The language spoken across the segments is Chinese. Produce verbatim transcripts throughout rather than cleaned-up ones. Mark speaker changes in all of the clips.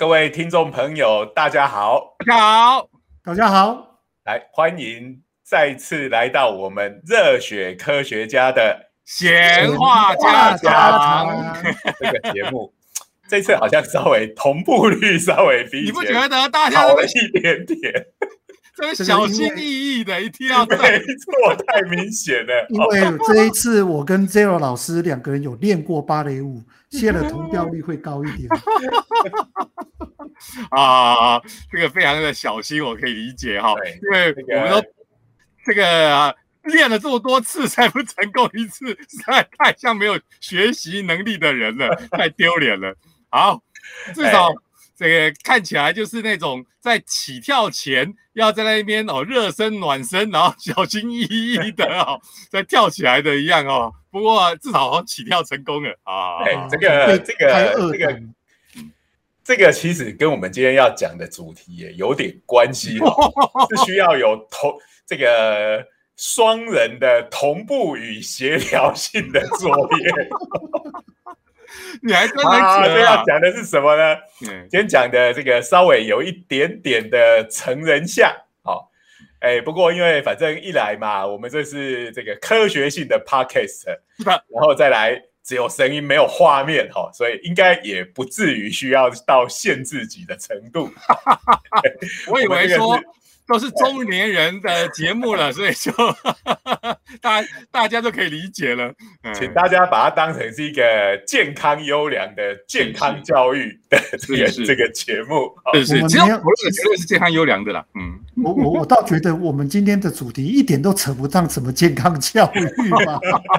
Speaker 1: 各位听众朋友，大家好，
Speaker 2: 大家好，
Speaker 3: 大家好，
Speaker 1: 来欢迎再次来到我们热血科学家的
Speaker 2: 闲话家常
Speaker 1: 这个节目。这次好像稍微同步率稍微比
Speaker 2: 你不觉得大家
Speaker 1: 好了一点点？
Speaker 2: 这个小心翼翼的，一定要
Speaker 1: 没错，太明显了。
Speaker 3: 因为这一次我跟 Zero 老师两个人有练过芭蕾舞，现在的同调率会高一点。
Speaker 2: 啊，这个非常的小心，我可以理解哈，因为我们都这个、啊、练了这么多次才不成功一次，实在太像没有学习能力的人了，太丢脸了。好，至少这个看起来就是那种在起跳前要在那边哦热身暖身，然后小心翼翼的哦再跳起来的一样哦。不过至少好起跳成功了啊！
Speaker 1: 哎，这个这个这个这个其实跟我们今天要讲的主题也有点关系哦，是需要有同这个双人的同步与协调性的作业。
Speaker 2: 你还真的
Speaker 1: 啊！这要讲的是什么呢？
Speaker 2: 嗯、
Speaker 1: 今天讲的这个稍微有一点点的成人像，好、哦，哎，不过因为反正一来嘛，我们这是这个科学性的 podcast， 然后再来只有声音没有画面，哈、哦，所以应该也不至于需要到限制级的程度。
Speaker 2: 我以为说都是中年人的节目了，所以就大大家就可以理解了。嗯、
Speaker 1: 请大家把它当成是一个健康优良的健康教育的这个这个节目。
Speaker 2: 是是，其实我们绝对是健康优良的啦。嗯，
Speaker 3: 我我我倒觉得我们今天的主题一点都扯不上什么健康教育嘛。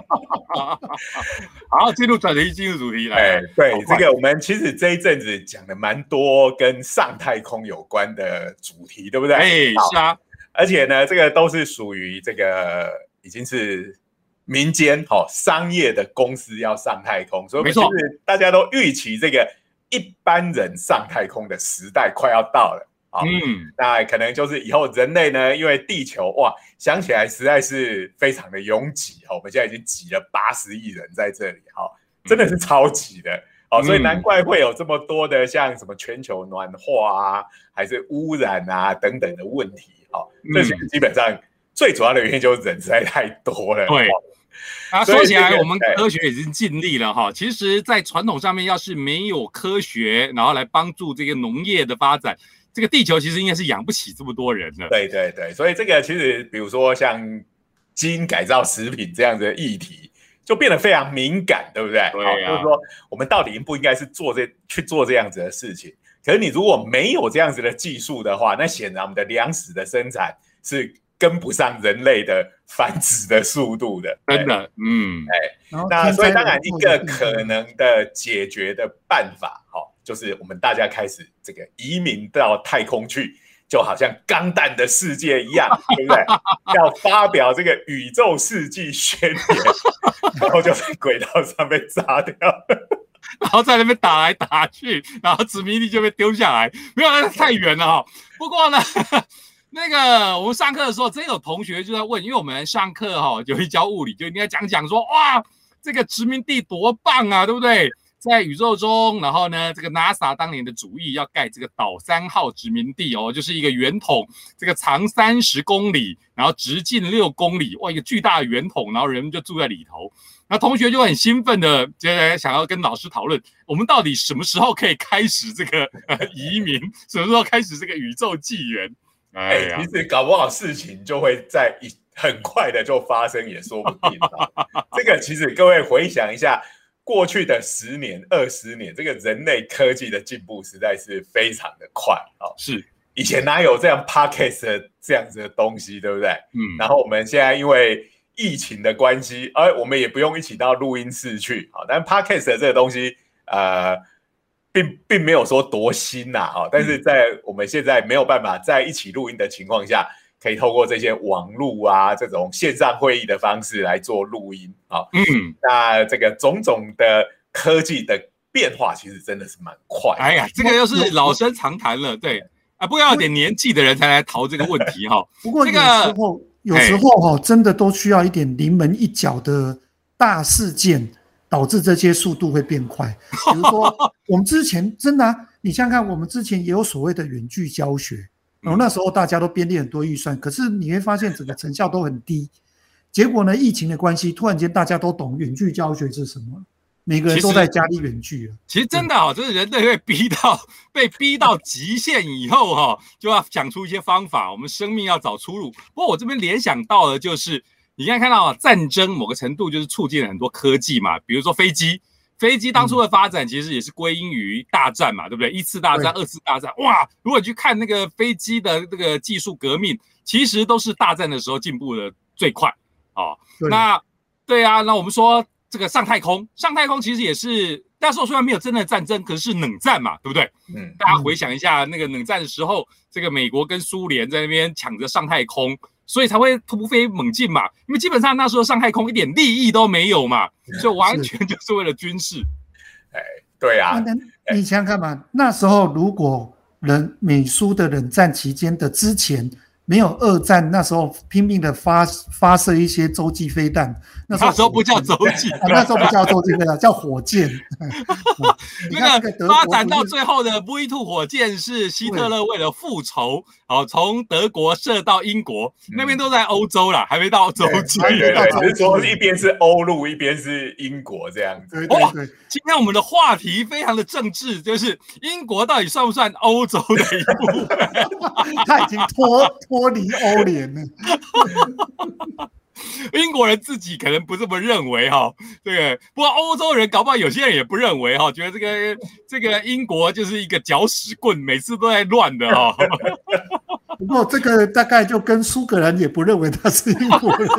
Speaker 2: 好，进入转题，进入主题来。
Speaker 1: 哎，对，这个我们其实这一阵子讲的蛮多跟上太空有关的主题，对不对？
Speaker 2: 哎，是啊。
Speaker 1: 而且呢，这个都是属于这个已经是民间哦商业的公司要上太空，所以其实大家都预期这个一般人上太空的时代快要到了。嗯，那可能就是以后人类呢，因为地球哇，想起来实在是非常的拥挤哦，我们现在已经挤了八十亿人在这里哈，真的是超挤的哦，所以难怪会有这么多的像什么全球暖化啊，还是污染啊等等的问题哦，这些基本上最主要的原因就是人实在太多了。
Speaker 2: 对。啊，说起来，我们科学已经尽力了哈。其实，在传统上面，要是没有科学，然后来帮助这个农业的发展，这个地球其实应该是养不起这么多人的。
Speaker 1: 对对对，所以这个其实，比如说像基因改造食品这样的议题，就变得非常敏感，对不对？
Speaker 2: 对啊，
Speaker 1: 就是说，我们到底应不应该是做这去做这样子的事情？可是你如果没有这样子的技术的话，那显然我们的粮食的生产是跟不上人类的繁殖的速度的，
Speaker 2: 真的，嗯，
Speaker 1: 哎，那所以当然一个可能的解决的办法，哈、哦，就是我们大家开始这个移民到太空去，就好像钢弹的世界一样，对不对？要发表这个宇宙世纪宣言，然后就在轨道上被炸掉。
Speaker 2: 然后在那边打来打去，然后殖民地就被丢下来，没有，那太远了哈。不过呢。那个我们上课的时候，真有同学就在问，因为我们上课哈、哦、有一教物理，就应该讲讲说，哇，这个殖民地多棒啊，对不对？在宇宙中，然后呢，这个 NASA 当年的主意要盖这个岛三号殖民地哦，就是一个圆筒，这个长三十公里，然后直径六公里，哇，一个巨大的圆筒，然后人们就住在里头。那同学就很兴奋的，接着想要跟老师讨论，我们到底什么时候可以开始这个、呃、移民，什么时候开始这个宇宙纪元？
Speaker 1: 哎呀，其实搞不好事情就会在一很快的就发生，也说不定。这个其实各位回想一下，过去的十年、二十年，这个人类科技的进步实在是非常的快啊！
Speaker 2: 是，
Speaker 1: 以前哪有这样 podcast 的这样子的东西，对不对？嗯。然后我们现在因为疫情的关系，而我们也不用一起到录音室去啊。但 podcast 的这个东西，呃。并并没有说多新呐、啊，但是在我们现在没有办法在一起录音的情况下，可以透过这些网路啊这种线上会议的方式来做录音啊。嗯，那这个种种的科技的变化，其实真的是蛮快。
Speaker 2: 哎呀，这个又是老生常谈了，对啊，不过要有点年纪的人才来讨这个问题哈。
Speaker 3: 不过有时候、这个、有时候哈，真的都需要一点临门一脚的大事件。 导致这些速度会变快。比如说，我们之前真的、啊，你想想看，我们之前也有所谓的远距教学，然后那时候大家都编列很多预算，可是你会发现整个成效都很低。结果呢，疫情的关系，突然间大家都懂远距教学是什么，每个人都在家里远距了。
Speaker 2: 其实真的哦，就是人类被逼到被逼到极限以后哈、哦，就要想出一些方法，我们生命要找出路。不过我这边联想到的就是，你刚才看到、啊、战争某个程度就是促进了很多科技嘛，比如说飞机，飞机当初的发展其实也是归因于大战嘛，对不对？一次大战、二次大战，哇！如果你去看那个飞机的这个技术革命，其实都是大战的时候进步的最快。哦，那对啊，那我们说这个上太空，上太空其实也是那时候虽然没有真的战争，可是是冷战嘛，对不对？嗯，大家回想一下那个冷战的时候，这个美国跟苏联在那边抢着上太空，所以才会突飞猛进嘛。因为基本上那时候上太空一点利益都没有嘛，所以完全就是为了军事。
Speaker 1: 哎，对啊，
Speaker 3: 你想想看嘛，那时候如果冷美苏的冷战期间的之前。没有二战，那时候拼命的发发射一些洲际飞弹，
Speaker 2: 那时候, 那时候不叫洲际、
Speaker 3: 啊，那时候不叫洲际飞弹，叫火箭。
Speaker 2: 那个发展到最后的 V 二 火箭是希特勒为了复仇，好从德国射到英国，那边都在欧洲啦，还没到洲际。
Speaker 1: 对对对，只是说一边是欧陆，一边是英国这样子。
Speaker 3: 对对对。
Speaker 2: 今天我们的话题非常的政治，就是英国到底算不算欧洲的一部分？
Speaker 3: 他已经脱脱离欧联了。
Speaker 2: 英国人自己可能不这么认为哈，这个不过欧洲人搞不好有些人也不认为哈，觉得这个这个英国就是一个搅屎棍，每次都在乱的哈。
Speaker 3: 不过这个大概就跟苏格兰也不认为他是英国人。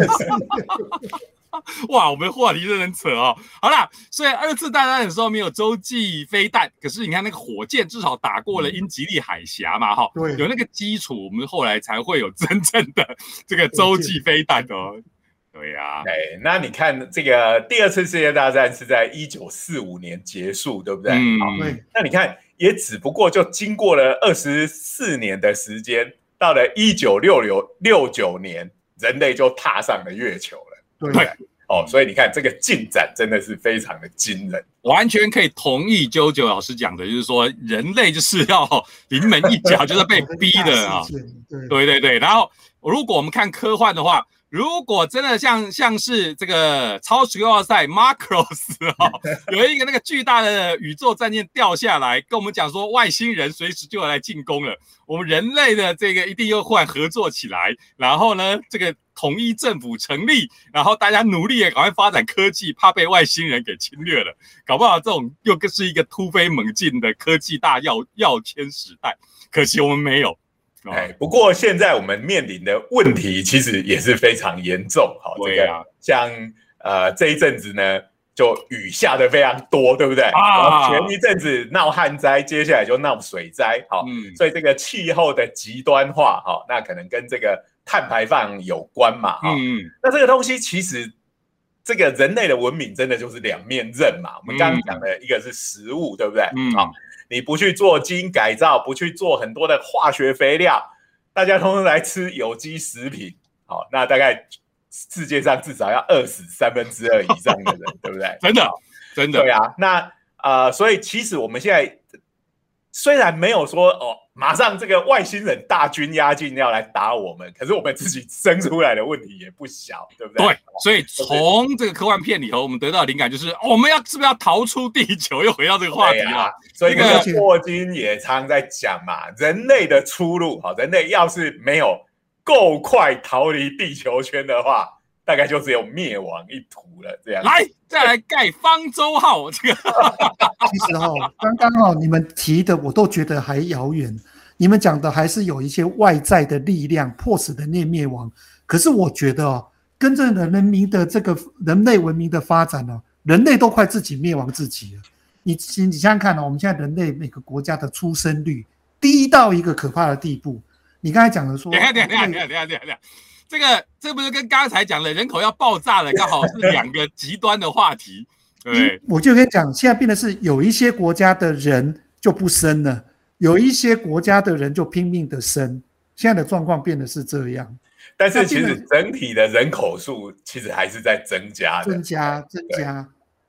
Speaker 2: 哇，我们话题真的很扯哦。好啦，所以二次大战的时候没有洲际飞弹，可是你看那个火箭至少打过了英吉利海峡嘛，哈、嗯，有那个基础，我们后来才会有真正的这个洲际飞弹哦。对呀、啊，
Speaker 1: 哎，那你看这个第二次世界大战是在一九四五年结束，对不对？嗯，
Speaker 3: 对。
Speaker 1: 那你看，也只不过就经过了二十四年的时间，到了一九六九年，人类就踏上了月球了。
Speaker 3: 对。
Speaker 1: 对哦，所以你看这个进展真的是非常的惊人，
Speaker 2: 完全可以同意啾啾老师讲的，就是说人类就是要临门一脚，就是被逼的啊。对对对，然后如果我们看科幻的话，如果真的像像是这个超时空要塞 Macross 哦，有一个那个巨大的宇宙战舰掉下来，跟我们讲说外星人随时就要来进攻了，我们人类的这个一定又忽然合作起来，然后呢这个统一政府成立，然后大家努力的赶快发展科技，怕被外星人给侵略了，搞不好这种又是一个突飞猛进的科技大跃跃迁时代，可惜我们没有。
Speaker 1: 哎，不过现在我们面临的问题其实也是非常严重。好，这个像呃这一阵子呢，就雨下的非常多，对不对？啊，前一阵子闹旱灾，接下来就闹水灾。好，嗯、所以这个气候的极端化，哈，那可能跟这个碳排放有关嘛。嗯，那这个东西其实这个人类的文明真的就是两面刃嘛。我们刚刚讲的一个是食物，对不对？嗯，好。你不去做基因改造，不去做很多的化学肥料，大家通通来吃有机食品，好，那大概世界上至少要饿死三分之二以上的人，对不对？
Speaker 2: 真的，真的，
Speaker 1: 对啊。那呃，所以其实我们现在虽然没有说哦，马上这个外星人大军压境要来打我们，可是我们自己生出来的问题也不小，对不对？
Speaker 2: 对，所以从这个科幻片里头，我们得到的灵感就是，哦、我们要是不是要逃出地球？又回到这个话题了。啊、
Speaker 1: 所以这个霍金也常在讲嘛，人类的出路，好，人类要是没有够快逃离地球圈的话，大概就只有灭亡一途了。这样，
Speaker 2: 来，再来盖方舟号。这个
Speaker 3: 其实哈、哦，刚刚哈你们提的我都觉得还遥远。你们讲的还是有一些外在的力量迫使人类灭亡，可是我觉得哦，跟着人民的这个人类文明的发展呢、哦，人类都快自己灭亡自己了。你你想想看哦，我们现在人类每个国家的出生率低到一个可怕的地步。你刚才讲的说，
Speaker 2: 等一下等一下等一下等一下等一下，这个这不是跟刚才讲的人口要爆炸了，刚好是两个极端的话题。对，
Speaker 3: 我就跟你讲，现在变的是有一些国家的人就不生了，有一些国家的人就拼命的生，现在的状况变得是这样。
Speaker 1: 但是其实整体的人口数其实还是在增加的，
Speaker 3: 增加增加。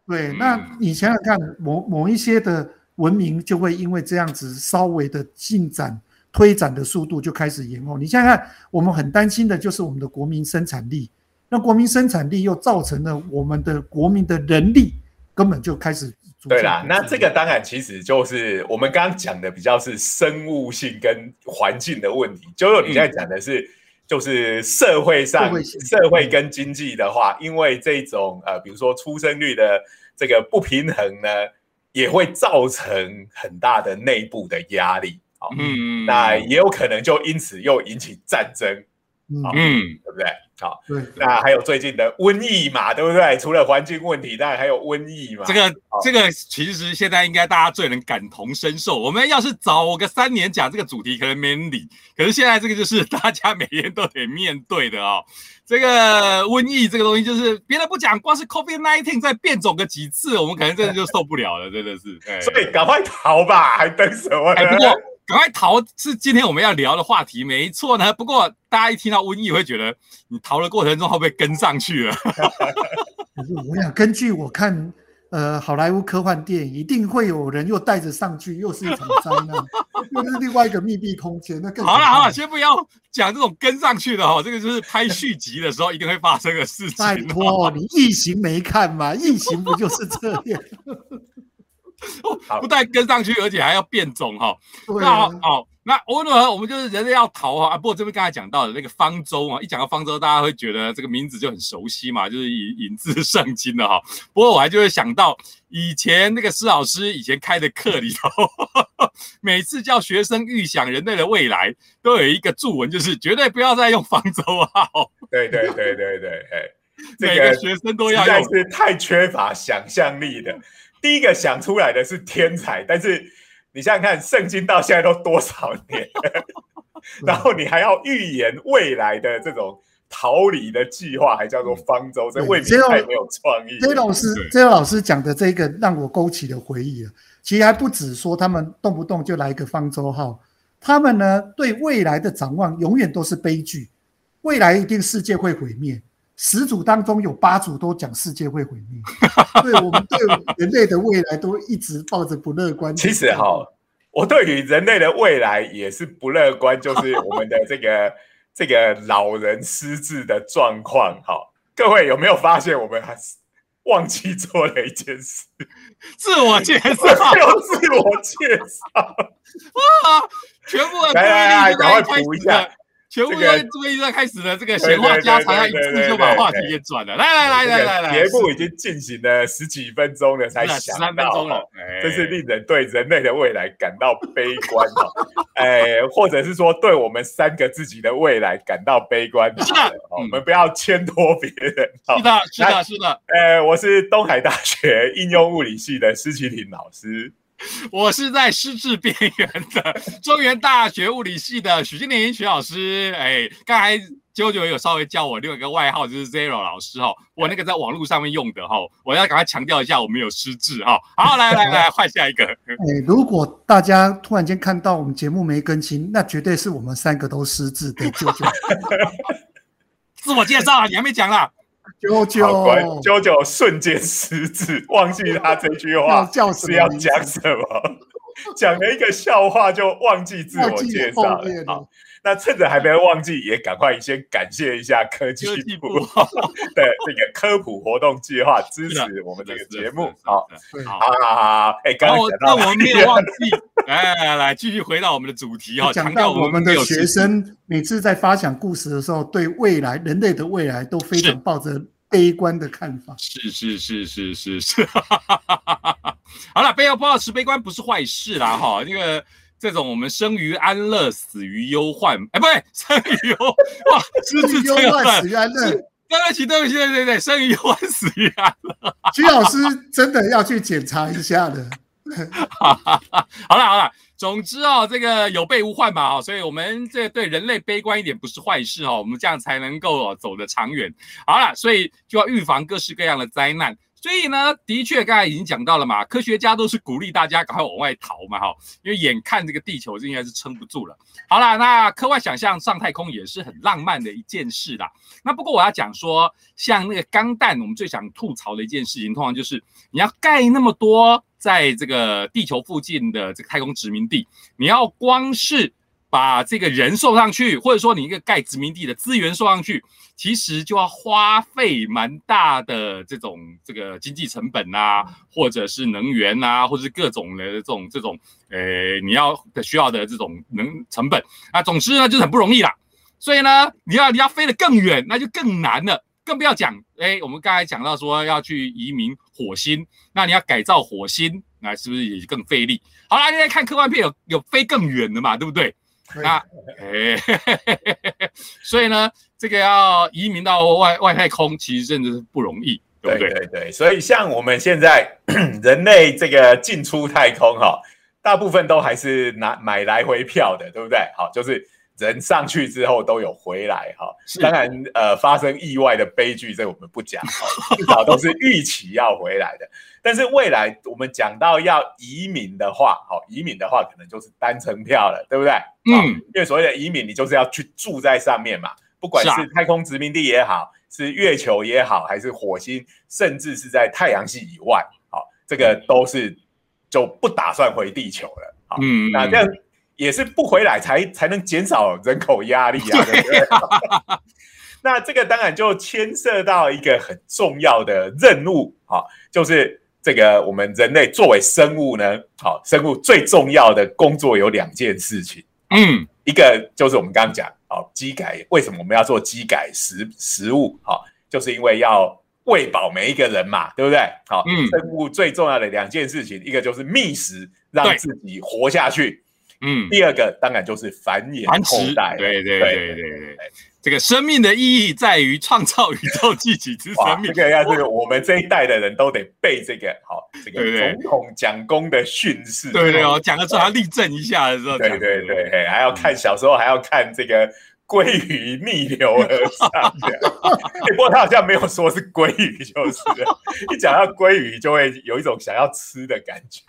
Speaker 3: 对，那你想想看，某某一些的文明就会因为这样子稍微的进展推展的速度就开始延后。你想想看，我们很担心的就是我们的国民生产力，那国民生产力又造成了我们的国民的人力根本就开始。
Speaker 1: 对啦，那这个当然其实就是我们刚刚讲的比较是生物性跟环境的问题。就你现在讲的是，就是社会上社会跟经济的话，因为这种呃，比如说出生率的这个不平衡呢，也会造成很大的内部的压力。好，嗯，那也有可能就因此又引起战争。嗯，对不对？好，对，那还有最近的瘟疫嘛，对不对？除了环境问题，当然还有瘟疫嘛。
Speaker 2: 这个这个其实现在应该大家最能感同身受。我们要是早个三年讲这个主题，可能没人理。可是现在这个就是大家每天都得面对的哦。这个瘟疫这个东西，就是别人不讲，光是 COVID 十九 再变种个几次，我们可能真的就受不了了，真的是。
Speaker 1: 所以赶快逃吧，还等什么呢？
Speaker 2: 哎，不过赶快逃是今天我们要聊的话题，没错呢。不过大家一听到瘟疫，会觉得你逃的过程中会不会跟上去了？
Speaker 3: 我想根据我看，呃，好莱坞科幻电影，一定会有人又带着上去，又是一场灾难，又是另外一个密闭空间。那更
Speaker 2: 好了好了，先不要讲这种跟上去的哈，这个就是拍续集的时候一定会发生的事情。
Speaker 3: 拜托，你异形没看吗？异形不就是这样？
Speaker 2: 不但跟上去，而且还要变种哈。那好，好，那无论如何，我们就是人类要逃啊。不过这边刚才讲到的那个方舟啊，一讲到方舟，大家会觉得这个名字就很熟悉嘛，就是引引自圣经的哈。不过我还就会想到以前那个施老师以前开的课里头，每次叫学生预想人类的未来，都有一个注文，就是绝对不要再用方舟号。
Speaker 1: 对对对对对，
Speaker 2: 这个、每个学生都要用，
Speaker 1: 实在是太缺乏想象力的。第一个想出来的是天才，但是你想想看，圣经到现在都多少年了，然后你还要预言未来的这种逃离的计划，还叫做方舟，这未免太没有创意。
Speaker 3: 这老师，这老师讲的这个让我勾起了回忆了。其实还不止说他们动不动就来一个方舟号，他们呢对未来的展望永远都是悲剧，未来一定世界会毁灭。十组当中有八组都讲世界会毁灭，对我们对人类的未来都一直抱着不乐观。
Speaker 1: 其实哈，我对于人类的未来也是不乐观，就是我们的这个这个老人失智的状况。哈，各位有没有发现我们还是忘记做了一件事？
Speaker 2: 自我介绍，
Speaker 1: 有自我介绍
Speaker 2: 啊！全部的
Speaker 1: 来来来，赶快补一下。
Speaker 2: 全部都注意在开始了，这个闲话家常，一次就把话题给转了。来来来来来来，
Speaker 1: 节目已经进行了十几分钟了，才想到，十三分钟了，真是令人对人类的未来感到悲观哈。哎，或者是说对我们三个自己的未来感到悲观。
Speaker 2: 是的，
Speaker 1: 我们不要牵拖别人。
Speaker 2: 是的，是的，是的。
Speaker 1: 哎，我是东海大学应用物理系的施启廷老师。
Speaker 2: 我是在失智边缘的中原大学物理系的许金玲许老师。哎，刚才啾啾有稍微教我另外一个外号，就是 Zero 老师哈。我那个在网络上面用的哈，我要赶快强调一下，我们有失智哈。好，来来来，换下一个。
Speaker 3: 哎，如果大家突然间看到我们节目没更新，那绝对是我们三个都失智的啾啾。
Speaker 2: 自我介绍啊，你还没讲啦。
Speaker 3: 啾啾，
Speaker 1: 啾啾瞬间失智，忘记他这句话是要讲什么，讲了一个笑话就忘记自我介绍了。好，那趁着还没忘记，也赶快先感谢一下科技部的这个科普活动计划，支持我们这个节目。好，好好好，哎，刚刚讲到，
Speaker 2: 那我们没有忘记，来来来，继续回到我们的主题哈，
Speaker 3: 讲到我们的学生每次在发想故事的时候，对未来人类的未来都非常抱着悲观的看法。
Speaker 2: 是是是是是是，好了，悲观抱持悲观不是坏事啦哈，那个。这种我们生于安乐，死于忧患，哎，不对，生于忧哇，失智
Speaker 3: 忧患，死于安乐。
Speaker 2: 对不起，对不起，对对对，生于忧患，死于安乐。
Speaker 3: 徐老师真的要去检查一下的。
Speaker 2: 好了好了，总之哦，这个有备无患嘛，所以我们这对人类悲观一点不是坏事哦，我们这样才能够走得长远。好了，所以就要预防各式各样的灾难。 所以呢，的确刚才已经讲到了嘛，科学家都是鼓励大家赶快往外逃嘛，哈，因为眼看这个地球应该是撑不住了。好啦，那科幻想象上太空也是很浪漫的一件事啦。那不过我要讲说，像那个钢弹，我们最想吐槽的一件事情，通常就是你要盖那么多在这个地球附近的这个太空殖民地，你要光是把这个人送上去，或者说你一个盖殖民地的资源送上去，其实就要花费蛮大的这种这个经济成本啊，或者是能源啊，或者是各种的这种这种呃你要的需要的这种能成本啊，总之呢就是很不容易啦。所以呢，你要你要飞得更远，那就更难了。更不要讲，哎，我们刚才讲到说要去移民火星，那你要改造火星，那是不是也更费力？好啦，现在看科幻片有有飞更远的嘛，对不对？那，哎，所以呢，这个要移民到外外太空，其实真的是不容易，对不对？
Speaker 1: 对对对，所以像我们现在人类这个进出太空哈、哦，大部分都还是拿买来回票的，对不对？好，就是人上去之后都有回来哈。当然，呃，发生意外的悲剧，这我们不讲，至少都是预期要回来的。但是未来我们讲到要移民的话，好，移民的话可能就是单程票了，对不对？嗯，因为所谓的移民，你就是要去住在上面嘛，不管是太空殖民地也好，是月球也好，还是火星，甚至是在太阳系以外，好，这个都是就不打算回地球了。好，嗯，那这样也是不回来才才能减少人口压力啊，对不对？那这个当然就牵涉到一个很重要的任务，好，就是这个我们人类作为生物呢，好，生物最重要的工作有两件事情，嗯，一个就是我们刚刚讲，好，基改，为什么我们要做基改食食物？好，就是因为要喂饱每一个人嘛，对不对？好，嗯，生物最重要的两件事情，一个就是觅食，让自己活下去，嗯，第二个当然就是繁衍后代，
Speaker 2: 对对对对 对, 对, 对。这个生命的意义在于创造宇宙继起之生命。
Speaker 1: 这个要是我们这一代的人都得背这个，好，这个总统讲功的训示。
Speaker 2: 对对哦，讲的时候要立正一下的时候。
Speaker 1: 对对对，还要看小时候还要看这个鲑鱼逆流而上的。不过他好像没有说是鲑鱼，就是一讲到鲑鱼就会有一种想要吃的感觉。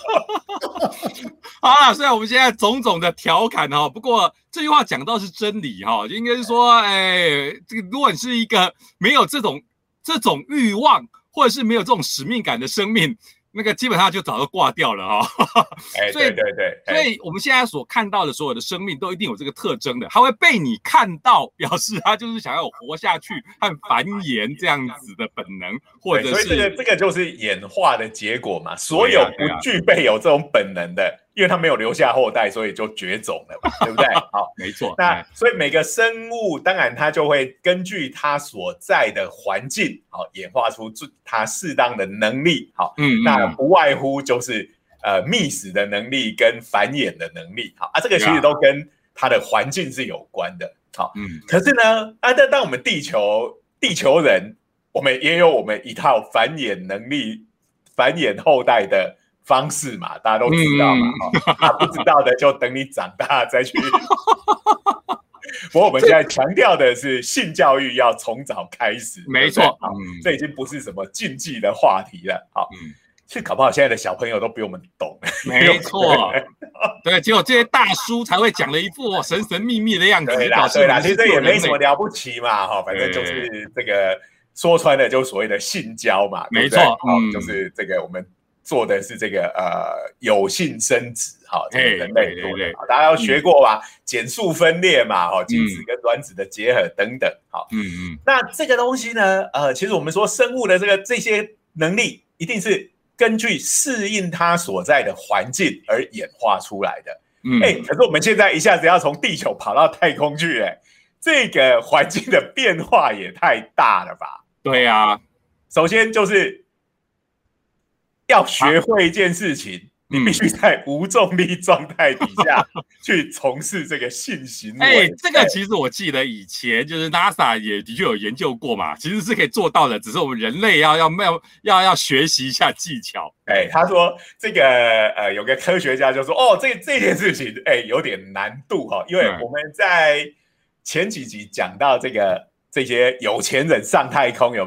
Speaker 2: 好啦，虽然我们现在种种的调侃哈，不过这句话讲到是真理哈，就应该是说，哎，这个如果你是一个没有这种这种欲望，或者是没有这种使命感的生命，那个基本上就早就挂掉了哈。
Speaker 1: 哎，对对对，
Speaker 2: 所以我们现在所看到的所有的生命都一定有这个特征的，它会被你看到，表示它就是想要活下去和繁衍这样子的本能，或者是
Speaker 1: 所以这个这个就是演化的结果嘛。所有不具备有这种本能的，因为它没有留下后代，所以就绝种了嘛，对不对？好，
Speaker 2: 没错。
Speaker 1: 那所以每个生物，当然它就会根据它所在的环境，好，演化出它适当的能力。好，嗯，那不外乎就是呃觅食的能力跟繁衍的能力。好啊，这个其实都跟它的环境是有关的。好，嗯，可是呢，啊，但当我们地球地球人，我们也有我们一套繁衍能力、繁衍后代的方式嘛，大家都知道嘛。嗯啊、不知道的就等你长大再去。不过我们现在强调的是性教育要从早开始，
Speaker 2: 没错，
Speaker 1: 好，嗯，这已经不是什么禁忌的话题了。好，嗯，其实搞不好现在的小朋友都比我们懂。
Speaker 2: 没错，对，结果这些大叔才会讲了一副神神秘秘的样子。
Speaker 1: 对啦，对啦，其实也没什么了不起嘛，哈，反正就是这个说穿了，就是所谓的性交嘛，
Speaker 2: 没错，
Speaker 1: 嗯，就是这个我们做的是这个呃有性生殖，哈，这个人类做的，大家要学过吧？减数分裂嘛，哈，精子跟卵子的结合等等，好，嗯嗯，那这个东西呢，呃，其实我们说生物的这个这些能力，一定是根据适应它所在的环境而演化出来的。嗯，哎，可是我们现在一下子要从地球跑到太空去，哎，这个环境的变化也太大了吧？
Speaker 2: 对啊，
Speaker 1: 首先就是要学会一件事情，啊、你必须在无重力状态底下去从事这个性行为。
Speaker 2: 哎、欸，这个其实我记得以前就是 NASA 也的确有研究过嘛，其实是可以做到的，只是我们人类要要要要要学习一下技巧。
Speaker 1: 哎、欸，他说这个呃，有个科学家就说，哦，这这件事情哎、欸、有点难度哈，因为我们在前几集讲到这个。这些有钱人上太空有没有？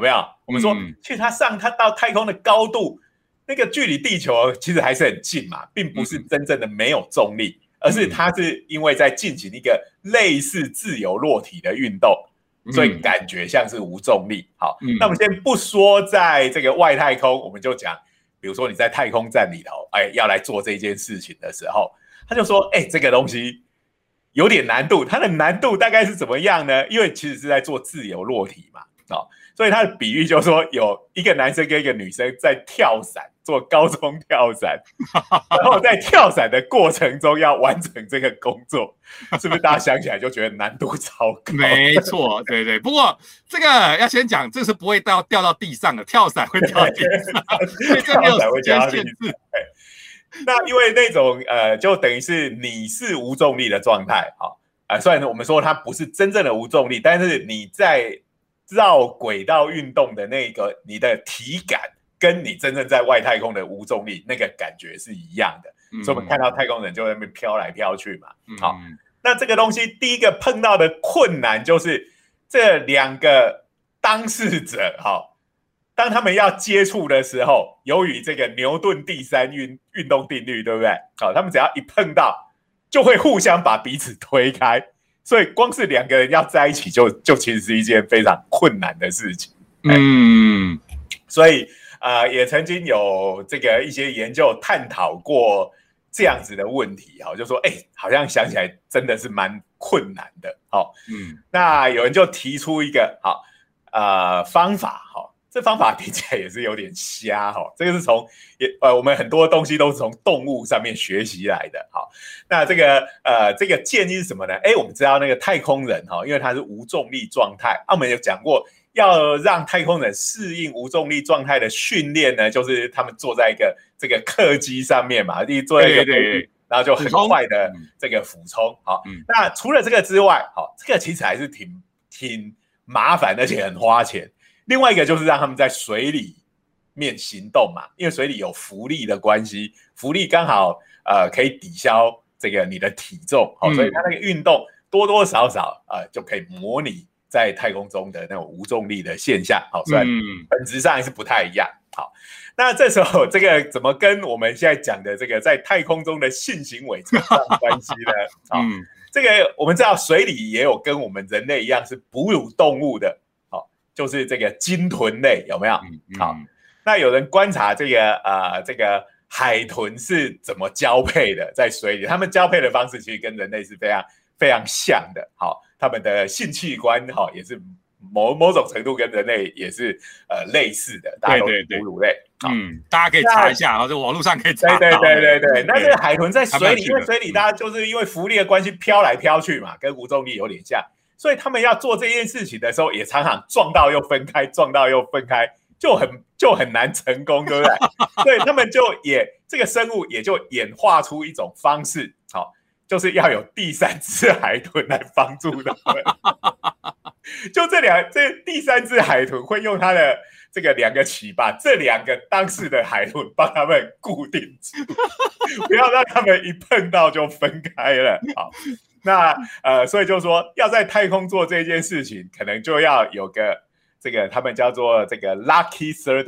Speaker 1: 我们说，其实它上它到太空的高度，那个距离地球其实还是很近嘛，并不是真正的没有重力，而是它是因为在进行一个类似自由落体的运动，所以感觉像是无重力。好，那我们先不说在这个外太空，我们就讲，比如说你在太空站里头，哎，要来做这件事情的时候，他就说，哎，这个东西有点难度，它的难度大概是怎么样呢？因为其实是在做自由落体嘛，哦，所以他的比喻就是说，有一个男生跟一个女生在跳伞，做高空跳伞，然后在跳伞的过程中要完成这个工作，是不是大家想起来就觉得难度超高？
Speaker 2: 没错，对对。不过这个要先讲，这是不会掉掉到地上的，跳伞会掉到地上，所以这没有时间限制。
Speaker 1: 那因为那种呃，就等于是你是无重力的状态，好啊、呃，虽然我们说它不是真正的无重力，但是你在绕轨道运动的那个你的体感，跟你真正在外太空的无重力那个感觉是一样的，嗯、所以我们看到太空人就在那边飘来飘去嘛。好，嗯、那这个东西第一个碰到的困难就是这两个当事者，好。当他们要接触的时候，由于这个牛顿第三运运动定律，对不对？好，他们只要一碰到，就会互相把彼此推开，所以光是两个人要在一起就，就就其实是一件非常困难的事情。嗯，所以呃，也曾经有这个一些研究探讨过这样子的问题，哈，就说，哎、欸，好像想起来真的是蛮困难的，好，嗯，那有人就提出一个好呃方法，好。这方法听起来也是有点瞎哈，这个是从也呃我们很多东西都是从动物上面学习来的。好，那这个呃这个建议是什么呢？哎，我们知道那个太空人哈，因为他是无重力状态，啊，我们有讲过要让太空人适应无重力状态的训练呢，就是他们坐在一个这个客机上面嘛，坐在一个对对对，然后就很快的这个俯冲。好，嗯、那除了这个之外，好，这个其实还是挺挺麻烦，而且很花钱。另外一个就是让他们在水里面行动嘛，因为水里有浮力的关系，浮力刚好呃可以抵消这个你的体重，好、嗯，所以它那个运动多多少少呃就可以模拟在太空中的那种无重力的现象，好，虽然本质上还是不太一样。好，那这时候这个怎么跟我们现在讲的这个在太空中的性行为扯上关系呢？好，嗯、这个我们知道水里也有跟我们人类一样是哺乳动物的。就是这个鲸豚类有没有？好，那有人观察这个呃这个海豚是怎么交配的，在水里，他们交配的方式其实跟人类是非常非常像的。好，他们的性器官哈也是某某种程度跟人类也是呃类似的，大家都是哺乳类。
Speaker 2: 嗯，大家可以查一下，然后就网络上可以查到。
Speaker 1: 对对对对对，那这个海豚在水里，因为水里大家就是因为浮力的关系飘来飘去嘛，跟无重力有点像。所以他们要做这件事情的时候，也常常撞到又分开，撞到又分开，就很就很难成功，对不对？所以他们就也这个生物也就演化出一种方式，好，就是要有第三只海豚来帮助他们。就这两这第三只海豚会用它的这个两个鳍把这两个当事的海豚帮他们固定住，不要让他们一碰到就分开了。好。那呃，所以就说要在太空做这件事情，可能就要有个这个他们叫做这个 lucky third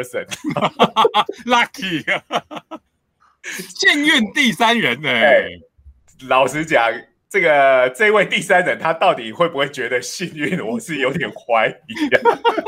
Speaker 1: person，lucky
Speaker 2: 幸运第三人呢、
Speaker 1: 欸。老实讲，这个这位第三人他到底会不会觉得幸运，我是有点怀疑的。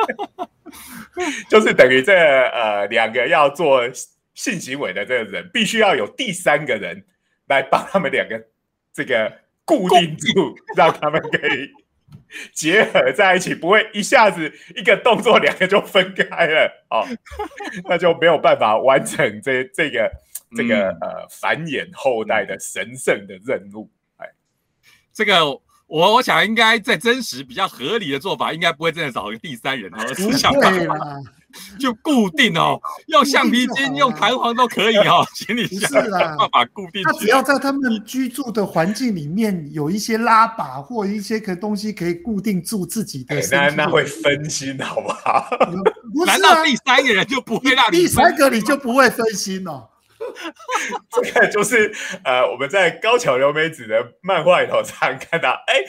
Speaker 1: 就是等于这呃两个要做性行为的这个人，必须要有第三个人来帮他们两个这个。固定住，让他们可以结合在一起，不会一下子一个动作两个就分开了，哦，那就没有办法完成这这个这个、嗯、呃繁衍后代的神圣的任务。哎，
Speaker 2: 这个我我想应该在真实比较合理的做法，应该不会真的找一个第三人哦，是想办法就固定哦，用橡皮筋、用弹簧都可以哦，请你想办法固定。
Speaker 3: 他只要在他们居住的环境里面有一些拉把或一些个东西可以固定住自己的身体、
Speaker 1: 欸，那那会分心好不好？
Speaker 3: 不是啊、
Speaker 2: 难道第三个人就不会让你
Speaker 3: 第三个你就不会分心哦？
Speaker 1: 这个就是呃，我们在高桥留美子的漫画里头常看到，哎、欸，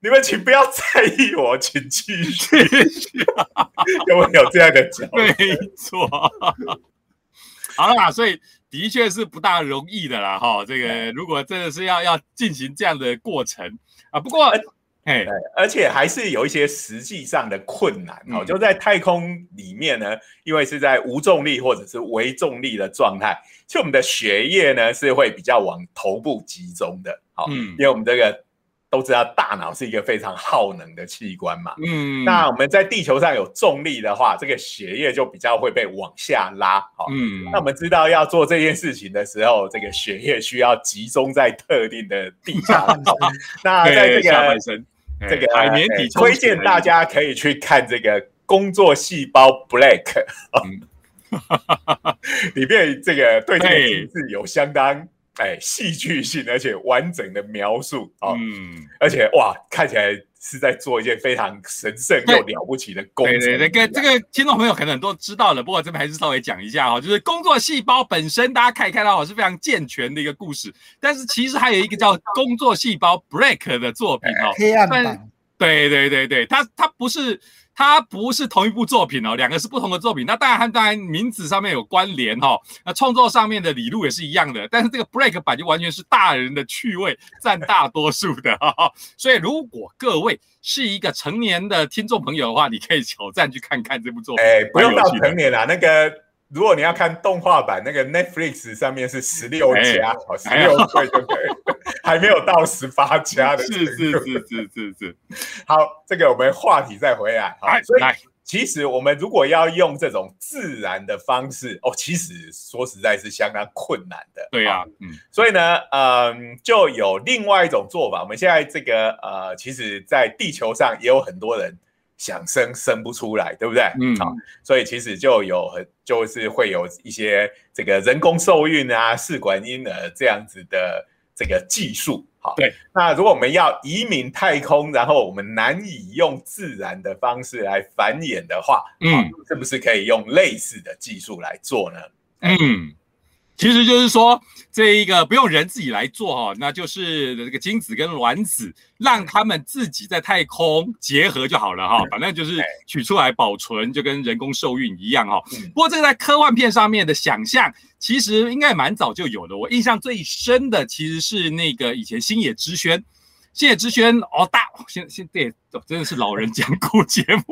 Speaker 1: 你们请不要在意我，请继续。有没有这样的角度？
Speaker 2: 没错。好啦，所以的确是不大容易的啦，哈。这个如果真的是要要进行这样的过程啊，不过，
Speaker 1: 哎，而且还是有一些实际上的困难哦。嗯、就在太空里面呢，因为是在无重力或者是微重力的状态，所以我们的血液呢是会比较往头部集中的。好、哦，嗯、因为我们这个都知道大脑是一个非常耗能的器官嘛。嗯，那我们在地球上有重力的话，这个血液就比较会被往下拉。好、哦，嗯，那我们知道要做这件事情的时候，这个血液需要集中在特定的地方。那在这个
Speaker 2: 下半身。
Speaker 1: 这个海绵体推荐大家可以去看这个工作细胞 Black，、嗯、里面这个对这个机制有相当哎戏剧性而且完整的描述、哦嗯、而且哇看起来是在做一件非常神圣又了不起的工程。
Speaker 2: 对对对，这个听众朋友可能很多知道了，不过这边还是稍微讲一下哈、哦，就是工作细胞本身大家可以看到是非常健全的一个故事，但是其实还有一个叫工作细胞 Break 的作品哦，
Speaker 3: 黑暗版。
Speaker 2: 对对对对，它它不是它不是同一部作品哦，两个是不同的作品。那当然，当然名字上面有关联哈、哦，那创作上面的理路也是一样的。但是这个 Break 版就完全是大人的趣味占大多数的哈、哦。所以如果各位是一个成年的听众朋友的话，你可以挑战去看看这部作品。
Speaker 1: 哎，不用到成年啦，那个。如果你要看动画版，那个 Netflix 上面是十六加，十六岁就可以，还没有到十八加的。
Speaker 2: 是是是是是是。
Speaker 1: 好，这个我们话题再回来。好，所以其实我们如果要用这种自然的方式，哦，其实说实在是相当困难的。
Speaker 2: 对呀、啊，嗯。
Speaker 1: 所以呢，嗯，就有另外一种做法。我们现在这个呃，其实，在地球上也有很多人。想生生不出来，对不对？嗯，好，所以其实就有就是会有一些这个人工受孕啊、试管婴儿这样子的这个技术。好，
Speaker 2: 对。
Speaker 1: 那如果我们要移民太空，然后我们难以用自然的方式来繁衍的话，嗯，是不是可以用类似的技术来做呢？
Speaker 2: 嗯。其实就是说，这一个不用人自己来做哈、哦，那就是这个精子跟卵子，让他们自己在太空结合就好了哈、哦。反正就是取出来保存，就跟人工受孕一样哈、哦。不过这个在科幻片上面的想象，其实应该蛮早就有的。我印象最深的其实是那个以前星野之轩。星野之轩哦，大现现对，真的是老人讲古节目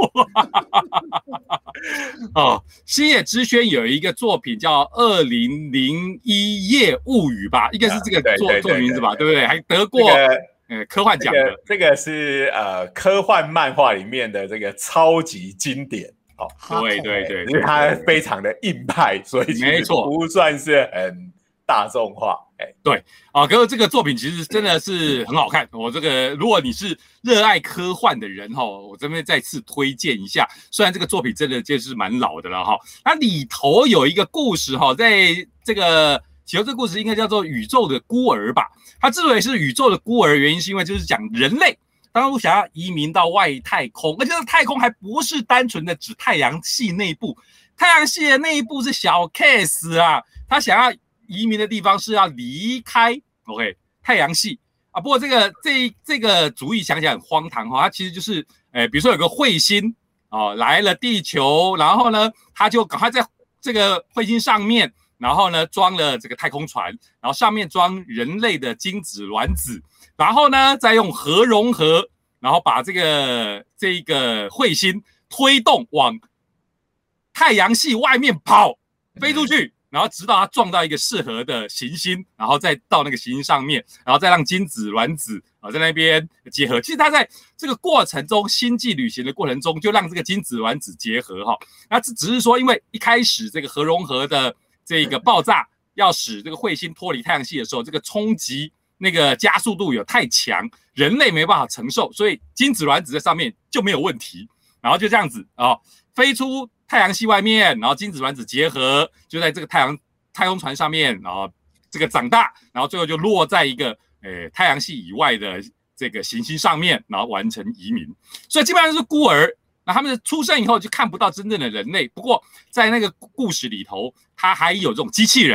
Speaker 2: 哦。星野之轩有一个作品叫《二零零一夜物语》吧，应该是这个作作品名字吧，对不对？还得过、这个、呃科幻奖的。
Speaker 1: 这个、这个是呃科幻漫画里面的这个超级经典。哦，
Speaker 2: 对对对，
Speaker 1: 因为它非常的硬派，所以没错，不算是很大众化。哎，
Speaker 2: 对啊，可是这个作品其实真的是很好看。我这个，如果你是热爱科幻的人哈，我这边再次推荐一下。虽然这个作品真的就是蛮老的了哈，它里头有一个故事哈，在这个其实这个故事应该叫做宇宙的孤儿吧。它之所以是宇宙的孤儿，原因是因为就是讲人类当初想要移民到外太空，而且这个太空还不是单纯的指太阳系内部，太阳系的内部是小 case 啊，他想要移民的地方是要离开 OK 太阳系啊，不过这个这这个主意想起来很荒唐哈、哦，它其实就是，呃，比如说有个彗星哦来了地球，然后呢，他就赶快在这个彗星上面，然后呢装了这个太空船，然后上面装人类的精子卵子，然后呢再用核融合，然后把这个这个彗星推动往太阳系外面跑，飞出去。然后直到它撞到一个适合的行星，然后再到那个行星上面，然后再让精子卵子啊在那边结合。其实它在这个过程中，星际旅行的过程中，就让这个精子卵子结合哈。那这只是说，因为一开始这个核融合的这个爆炸要使这个彗星脱离太阳系的时候，这个冲击那个加速度有太强，人类没办法承受，所以精子卵子在上面就没有问题。然后就这样子啊、哦，飞出太阳系外面，然后精子卵子结合，就在这个太阳太空船上面，然后这个长大，然后最后就落在一个呃太阳系以外的这个行星上面，然后完成移民。所以基本上是孤儿。那他们出生以后就看不到真正的人类。不过在那个故事里头，他还有这种机器人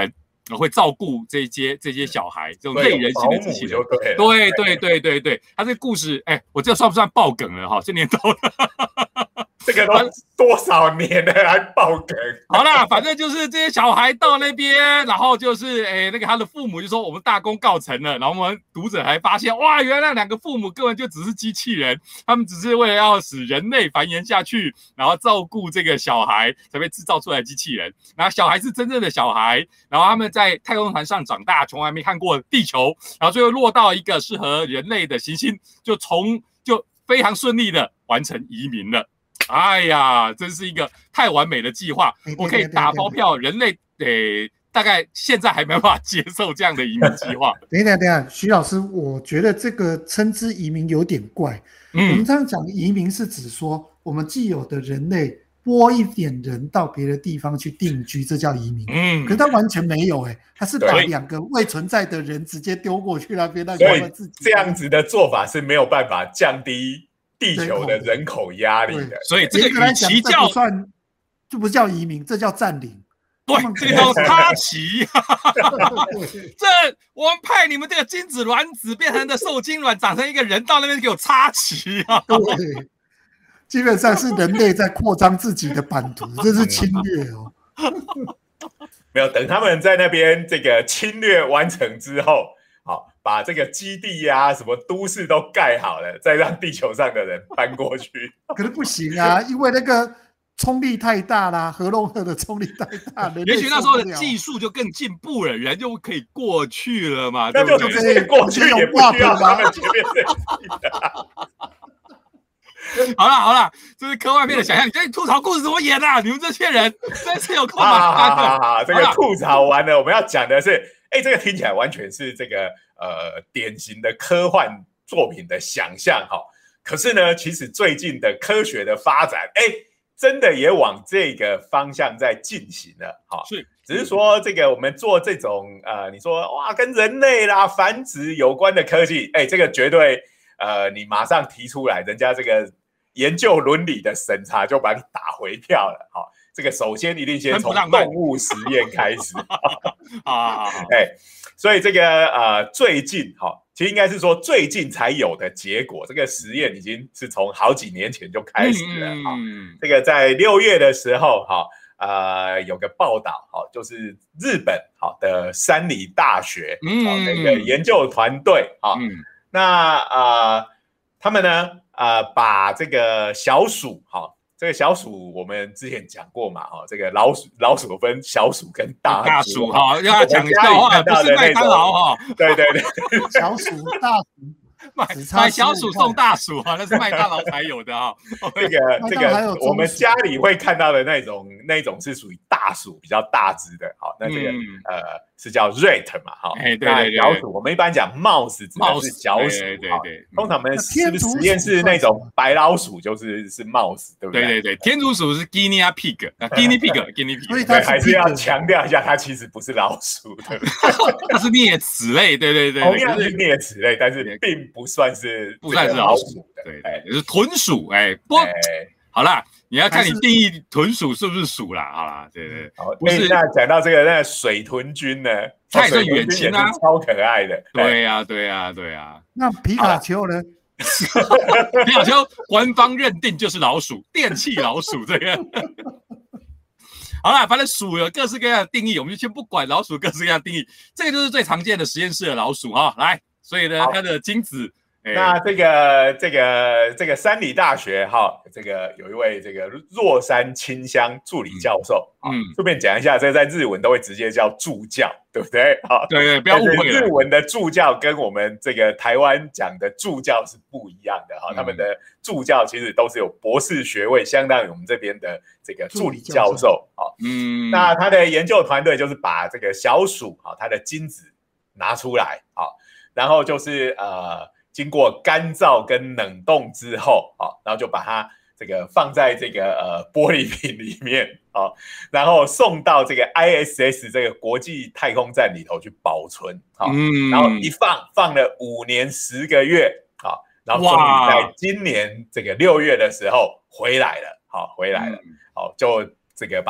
Speaker 2: 会照顾这些这些小孩，这种类人型的机器人。
Speaker 1: 对
Speaker 2: 对对对对对，他这个故事，哎，我这算不算爆梗了哈？这年头了。
Speaker 1: 这个都多少年了还爆梗？
Speaker 2: 好啦，反正就是这些小孩到那边，然后就是诶，那个他的父母就说我们大功告成了，然后我们读者还发现哇，原来两个父母根本就只是机器人，他们只是为了要使人类繁衍下去，然后照顾这个小孩才被制造出来的机器人。然后小孩是真正的小孩，然后他们在太空船上长大，从来没看过地球，然后最后落到一个适合人类的行星，就从就非常顺利的完成移民了。哎呀，真是一个太完美的计划！我可以打包票，人类诶、欸，大概现在还没办法接受这样的移民计划。
Speaker 3: 等一下，等一下，徐老师，我觉得这个称之移民有点怪。嗯，我们这样讲，移民是指说我们既有的人类拨一点人到别的地方去定居，这叫移民。嗯，可是他完全没有哎、欸，他是把两个未存在的人直接丢过去那边，让他们自己。
Speaker 1: 这样子的做法是没有办法降低地球的人口压力的，
Speaker 2: 所以这个与其叫
Speaker 3: 不算，就不叫移民，这叫占领。
Speaker 2: 对，这个叫插旗。这我们派你们这个精子卵子变成的受精卵长成一个人，到那边给我插旗啊！
Speaker 3: 对，基本上是人类在扩张自己的版图，这是侵略哦。
Speaker 1: 没有，等他们在那边这个侵略完成之后。好，把这个基地啊，什么都市都盖好了，再让地球上的人搬过去。
Speaker 3: 可是不行啊，因为那个冲力太大啦，核融合的冲力太大，
Speaker 2: 也许那时候的技术就更进步了，人就可以过去了嘛，
Speaker 1: 那
Speaker 2: 对不
Speaker 1: 就直接过去也不需要他们前面这
Speaker 2: 好了好了，这是科幻片的想象。你这吐槽故事怎么演啊？你们这些人真是有空吗？
Speaker 1: 好好好，这个吐槽完了，我们要讲的是。哎，这个听起来完全是这个呃典型的科幻作品的想象哈。可是呢，其实最近的科学的发展，哎，真的也往这个方向在进行了哈。
Speaker 2: 是，
Speaker 1: 只是说这个我们做这种呃，你说哇，跟人类啦繁殖有关的科技，哎，这个绝对呃，你马上提出来，人家这个研究伦理的审查就把你打回票了哈。这个首先一定先从动物实验开始啊，哎，所以这个呃最近哈，其实应该是说最近才有的结果，这个实验已经是从好几年前就开始了哈。嗯、这个在六月的时候哈，呃有个报道哈，就是日本好的山梨大学嗯那个研究团队啊，嗯、那呃他们呢呃把这个小鼠哈。这个小鼠我们之前讲过嘛，哈，这个老鼠老鼠分小鼠跟大
Speaker 2: 大鼠哈，要讲笑话，不是麦当劳哈，
Speaker 1: 对对对，
Speaker 3: 小鼠大鼠。
Speaker 2: 买买小鼠送大鼠啊，那是麦当劳才有的啊。
Speaker 1: 这个这个我们家里会看到的那种，那种是属于大鼠，比较大只的。好，那这个、嗯、呃是叫 rat 嘛，哈。
Speaker 2: 哎，对对对。
Speaker 1: 小鼠我们一般讲 mouse 指的是小鼠，
Speaker 2: 对对对。
Speaker 1: 通常我们是不是实验室那种白老鼠就是是 mouse， 对不对？
Speaker 2: 对对对，天竺鼠是 guinea pig，guinea pig，guinea pig。
Speaker 3: 所以
Speaker 1: 它还是要强调一下，它其实不是老鼠，对不对？
Speaker 2: 它是啮齿类，对对对，
Speaker 1: 同样是啮齿类，但是并不算是
Speaker 2: 不算是老鼠的，对对，是豚鼠，哎，不，好啦，你要看你定义豚鼠是不是鼠啦，好啦，对对，
Speaker 1: 不是。那讲到这个那水豚菌呢，
Speaker 2: 它也是远亲啊，
Speaker 1: 超可爱的，
Speaker 2: 对呀对呀对呀。
Speaker 3: 那皮卡丘呢？
Speaker 2: 皮卡丘官方认定就是老鼠，电气老鼠这个。好啦，反正鼠有各式各样的定义，我们就先不管老鼠各式各样的定义，这个就是最常见的实验室的老鼠啊。来，所以呢，它的精子。
Speaker 1: 那这个这个这个山梨大学哈，这个有一位这个若山清香助理教授，嗯，顺便讲一下，这个在日文都会直接叫助教，对不对？好，
Speaker 2: 对对，不要误会了。
Speaker 1: 日文的助教跟我们这个台湾讲的助教是不一样的哈，嗯、他们的助教其实都是有博士学位，相当于我们这边的这个助理教授啊。嗯，那他的研究团队就是把这个小鼠啊，它的精子拿出来啊，然后就是呃。经过干燥跟冷冻之后，啊，然后就把它这个放在这个呃玻璃瓶里面，啊，然后送到这个 I S S 这个国际太空站里头去保存，啊，嗯、然后一放放了五年十个月，啊，然后终于在今年这个六月的时候回来了，好，回来了，好，就这个把它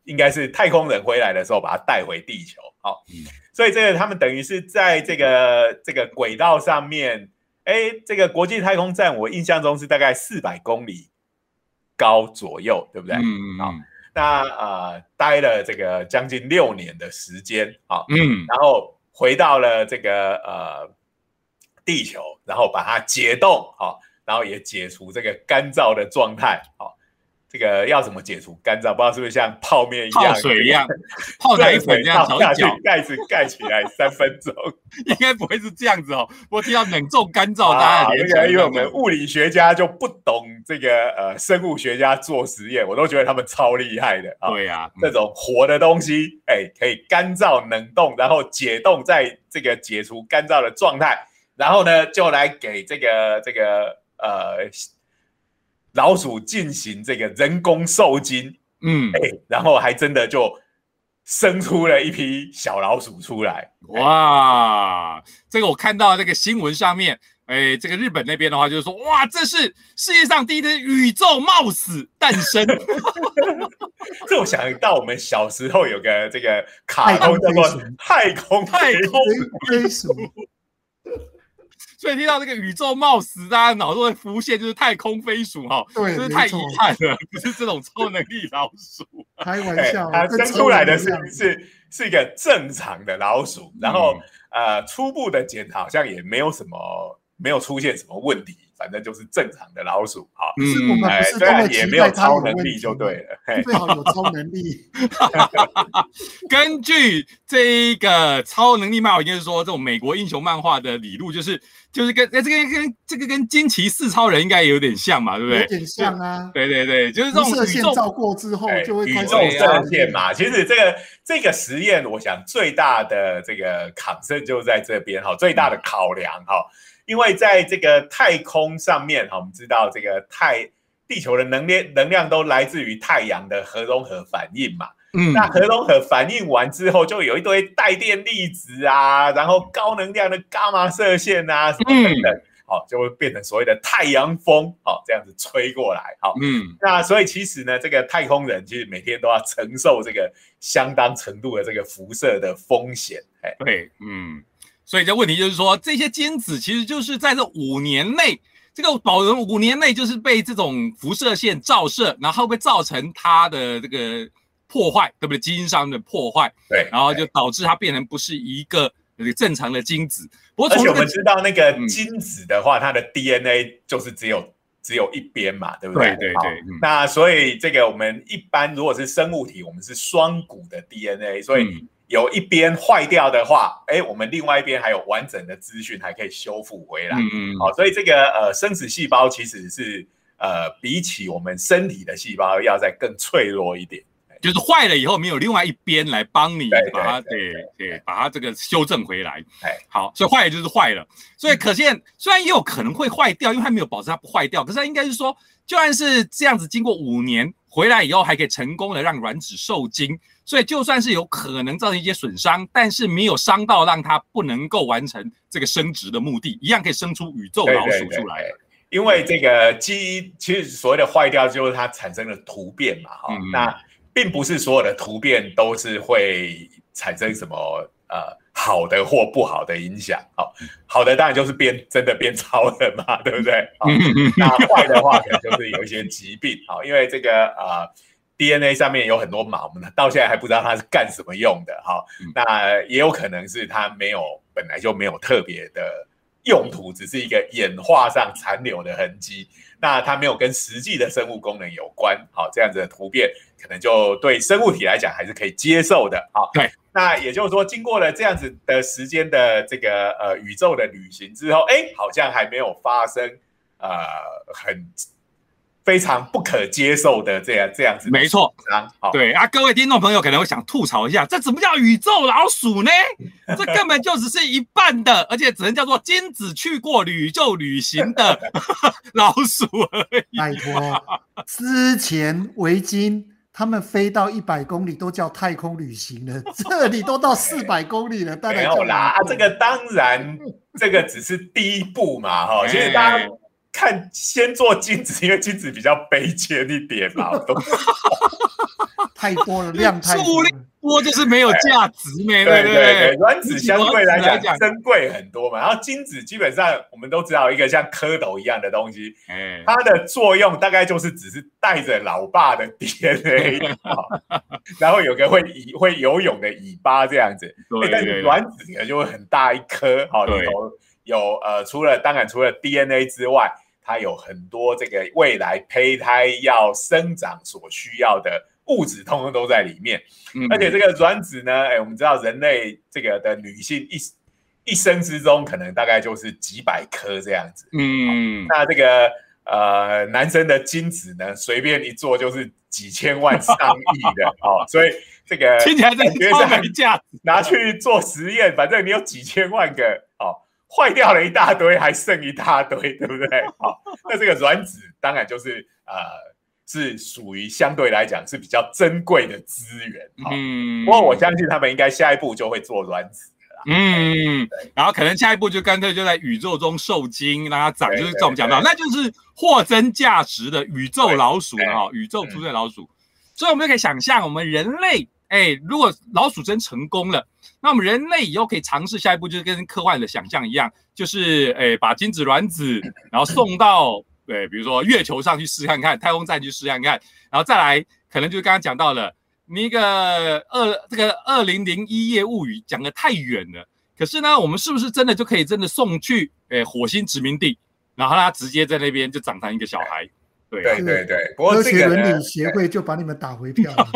Speaker 1: 应该是太空人回来的时候把它带回地球。好，嗯、所以这个他们等于是在这个这个轨道上面，哎，这个国际太空站我印象中是大概四百公里高左右，对不对？
Speaker 2: 嗯
Speaker 1: 好，那呃待了这个将近六年的时间，好，
Speaker 2: 嗯，
Speaker 1: 然后回到了这个呃地球，然后把它解冻，好。然后也解除这个干燥的状态，好，这个要怎么解除干燥？不知道是不是像泡面一样、
Speaker 2: 泡水一样、泡奶粉这样搅一搅，
Speaker 1: 盖子盖起来三分钟，
Speaker 2: 应该不会是这样子哦。我听到冷冻干燥，大家
Speaker 1: 联想、啊，因为我们物理学家就不懂这个呃生物学家做实验，我都觉得他们超厉害的啊。
Speaker 2: 对呀、啊，
Speaker 1: 这种活的东西，哎，可以干燥冷冻，然后解冻，在这个解除干燥的状态，然后呢，就来给这个这个。呃，老鼠进行这个人工受精，嗯，哎，然后还真的就生出了一批小老鼠出来。
Speaker 2: 哇，这个我看到这个新闻上面，哎，这个日本那边的话就是说，哇，这是世界上第一的宇宙冒死诞生。
Speaker 1: 这我想到我们小时候有个这个卡通叫做《太空
Speaker 2: 太空
Speaker 3: 飞鼠》。
Speaker 2: 所以听到这个宇宙冒死，大家脑中会浮现就是太空飞鼠哈，
Speaker 3: 对，
Speaker 2: 这是太遗憾了，不是这种超能力老鼠。
Speaker 3: 开玩笑，
Speaker 1: 它生出来的是是是一个正常的老鼠，然后、嗯、呃初步的检查好像也没有什么没有出现什么问题，反正就是正常的老鼠啊。
Speaker 3: 嗯，我们不是
Speaker 1: 虽然也没有超能力就对了，
Speaker 3: 最好有超能力。
Speaker 2: 根据这个超能力漫画，应该是说这种美国英雄漫画的理路，就是就是跟这个跟这个跟惊奇四超人应该也有点像嘛，对不对？
Speaker 3: 有点像啊。
Speaker 2: 对对对，就是这种
Speaker 3: 射线照过之后就会开始
Speaker 1: 宇宙射线嘛。其实这个这个实验，我想最大的这个concern就在这边哈，最大的考量哈。因为在这个太空上面，我们知道这个太地球的能量能量都来自于太阳的核融合反应嘛。嗯，那核融合反应完之后，就有一堆带电粒子啊，然后高能量的伽马射线啊，什么等等，好、嗯，就会变成所谓的太阳风，好，这样子吹过来，好，嗯，那所以其实呢，这个太空人其实每天都要承受这个相当程度的这个辐射的风险，哎，
Speaker 2: 对，嗯。所以这问题就是说，这些精子其实就是在这五年内，这个保人五年内就是被这种辐射线照射，然后会造成它的这个破坏，对不对？基因上的破坏，
Speaker 1: 对，
Speaker 2: 然后就导致它变成不是一个正常的精子。
Speaker 1: 不过、這個，而且我们知道那个精子的话，嗯、它的 D N A 就是只有只有一边嘛，对不对？
Speaker 2: 对对对。嗯、
Speaker 1: 那所以这个我们一般如果是生物体，我们是双股的 D N A， 所以、嗯。有一边坏掉的话，哎，我们另外一边还有完整的资讯，还可以修复回来。嗯嗯。好、哦，所以这个呃生殖细胞其实是呃比起我们身体的细胞要再更脆弱一点。
Speaker 2: 就是坏了以后没有另外一边来帮你把它对对把它这个修正回来。哎，好，所以坏了就是坏了。所以可见、嗯、虽然也有可能会坏掉，因为它没有保持它不坏掉，可是它应该是说，就算是这样子，经过五年回来以后，还可以成功的让卵子受精。所以就算是有可能造成一些损伤，但是没有伤到让它不能够完成这个生殖的目的，一样可以生出宇宙老鼠出来。
Speaker 1: 对对对对，因为这个基因其实所谓的坏掉，就是它产生了突变嘛，哈、嗯，那并不是所有的突变都是会产生什么呃好的或不好的影响。好，好的当然就是变真的变超人嘛，对不对？那坏的话可能就是有一些疾病，好，因为这个呃。D N A 上面有很多码，我们到现在还不知道它是干什么用的哈。那也有可能是它没有本来就没有特别的用途，只是一个演化上残留的痕迹。那它没有跟实际的生物功能有关，好，这样子的突变可能就对生物体来讲还是可以接受的。好，
Speaker 2: 对。
Speaker 1: 那也就是说，经过了这样子的时间的这个呃宇宙的旅行之后，哎，好像还没有发生呃很。非常不可接受的这样这样子，
Speaker 2: 没错，对啊，各位听众朋友可能会想吐槽一下，这怎么叫宇宙老鼠呢？这根本就只是一半的，而且只能叫做精子去过宇宙旅行的老鼠而已。
Speaker 3: 拜托，之前维京他们飞到一百公里都叫太空旅行了，这里都到四百公里了，当然
Speaker 1: 没有啦。啊，这个当然，这个只是第一步嘛，哈，其实大家。看，先做精子，因为精子比较卑贱一点嘛。
Speaker 3: 太多了，量太多了。
Speaker 2: 数量多就是没有价值没，
Speaker 1: 对
Speaker 2: 对
Speaker 1: 对对，卵子相对来
Speaker 2: 讲
Speaker 1: 讲珍贵很多嘛，然后精子基本上我们都知道一个像蝌蚪一样的东西，
Speaker 2: 哎，
Speaker 1: 它的作用大概就是只是带着老爸的 D N A， 然后有个会移会游泳的尾巴这样子，
Speaker 2: 对，
Speaker 1: 但是卵子呢就会很大一颗，好，里头有呃除了当然除了 D N A 之外，它有很多这个未来胚胎要生长所需要的物质通通都在里面，嗯、而且这个卵子呢，哎，我们知道人类这个的女性一一生之中可能大概就是几百颗这样子，嗯，那这个呃男生的精子呢，随便一做就是几千万上亿的哦，所以这个
Speaker 2: 听起来真的超没价值，
Speaker 1: 拿去做实验，反正你有几千万个哦，坏掉了一大堆，还剩一大堆，对不对？好，那这个卵子当然就是呃。是属于相对来讲是比较珍贵的资源，嗯，不过我相信他们应该下一步就会做卵子了啦，嗯，
Speaker 2: 然后可能下一步就干脆就在宇宙中受精，让它长，就是这种讲到，那就是货真价实的宇宙老鼠了哈，宇宙出现老鼠，所以我们就可以想象，我们人类，哎，如果老鼠真成功了，那我们人类以后可以尝试下一步，就是跟科幻的想象一样，就是哎把精子卵子，然后送到。对，比如说月球上去试看看，太空站去试看看，然后再来，可能就是刚刚讲到了，你一个二这个二零零一夜物语讲的太远了，可是呢，我们是不是真的就可以真的送去诶火星殖民地，然后他直接在那边就长成一个小孩？对
Speaker 1: 对对对，不过
Speaker 3: 科学伦理协会就把你们打回票了。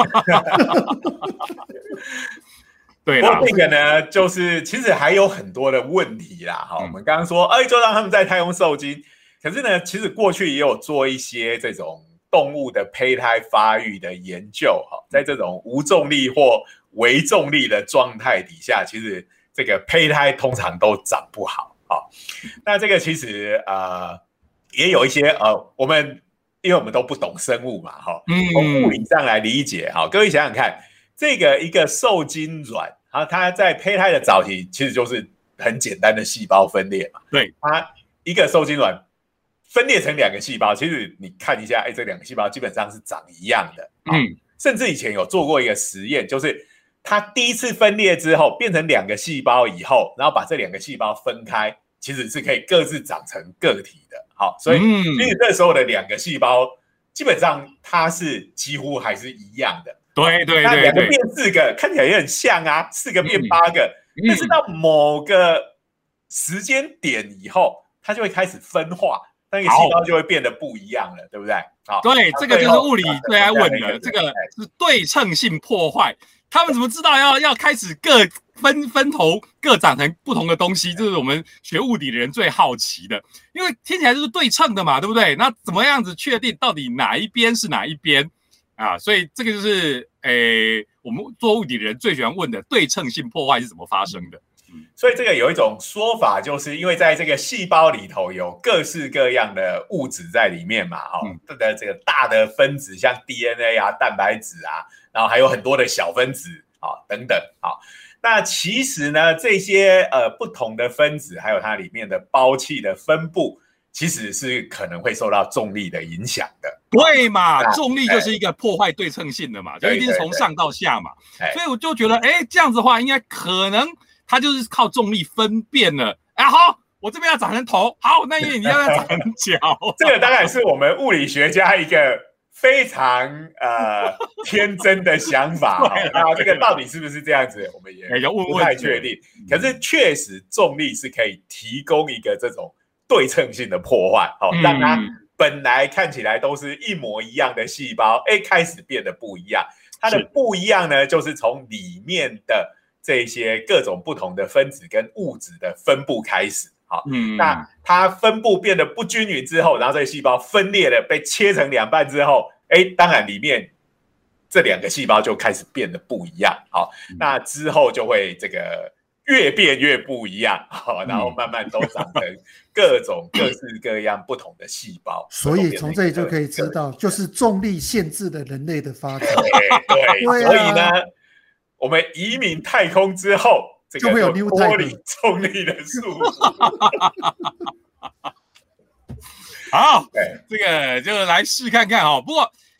Speaker 1: 对啦，不过这个呢，就是其实还有很多的问题啦。哈、嗯，我们刚刚说，哎，就让他们在太空受精。可是呢，其实过去也有做一些这种动物的胚胎发育的研究，在这种无重力或微重力的状态底下，其实这个胚胎通常都长不好。那这个其实呃也有一些呃，我们因为我们都不懂生物嘛，哈，从物理上来理解，哈，各位想想看，这个一个受精卵，啊，它在胚胎的早期其实就是很简单的细胞分裂嘛，
Speaker 2: 对，
Speaker 1: 它一个受精卵。分裂成两个细胞，其实你看一下，哎，这两个细胞基本上是长一样的。嗯，甚至以前有做过一个实验，就是它第一次分裂之后变成两个细胞以后，然后把这两个细胞分开，其实是可以各自长成个体的。好，所以其实这时候的两个细胞基本上它是几乎还是一样的。
Speaker 2: 对对对，
Speaker 1: 那两个变四个看起来也很像啊，四个变八个，嗯、但是到某个时间点以后，它就会开始分化。那个细胞就会变得不一样了，对不对？好，
Speaker 2: 对，这个就是物理最爱问的，这个是对称性破坏。他们怎么知道要要开始各分分头各长成不同的东西？这是我们学物理的人最好奇的，因为听起来就是对称的嘛，对不对？那怎么样子确定到底哪一边是哪一边啊？所以这个就是诶，我们做物理的人最喜欢问的对称性破坏是怎么发生的。
Speaker 1: 所以这个有一种说法，就是因为在这个细胞里头有各式各样的物质在里面嘛，哈、嗯，这个这个大的分子像 D N A 啊、蛋白质啊，然后还有很多的小分子啊等等啊。那其實呢，这些呃不同的分子，还有它里面的胞器的分布，其实是可能会受到重力的影响的。
Speaker 2: 对嘛，重力就是一个破坏对称性的嘛，就一定是从上到下嘛。所以我就觉得，哎，这样子的话，应该可能。它就是靠重力分辨了，哎，好，我这边要长成头，好，那因为你要不要长成脚？
Speaker 1: 这个当然是我们物理学家一个非常呃天真的想法。那这个到底是不是这样子，我们也不太确定。可是确实，重力是可以提供一个这种对称性的破坏，好、哦，让它本来看起来都是一模一样的细胞，哎，开始变得不一样。它的不一样呢，就是从里面的。这些各种不同的分子跟物质的分布开始，好，嗯，那它分布变得不均匀之后，然后这个细胞分裂了，被切成两半之后，哎，当然里面这两个细胞就开始变得不一样，好，那之后就会这个越变越不一样，好，然后慢慢都长成各种各式各样不同的细胞。
Speaker 3: 所以从这里就可以知道，就是重力限制了人类的发展。
Speaker 1: 对，对，所以呢。我们移民太空之后，这个就脱离重力的束缚。
Speaker 2: 好，这个就来试看看哈。不过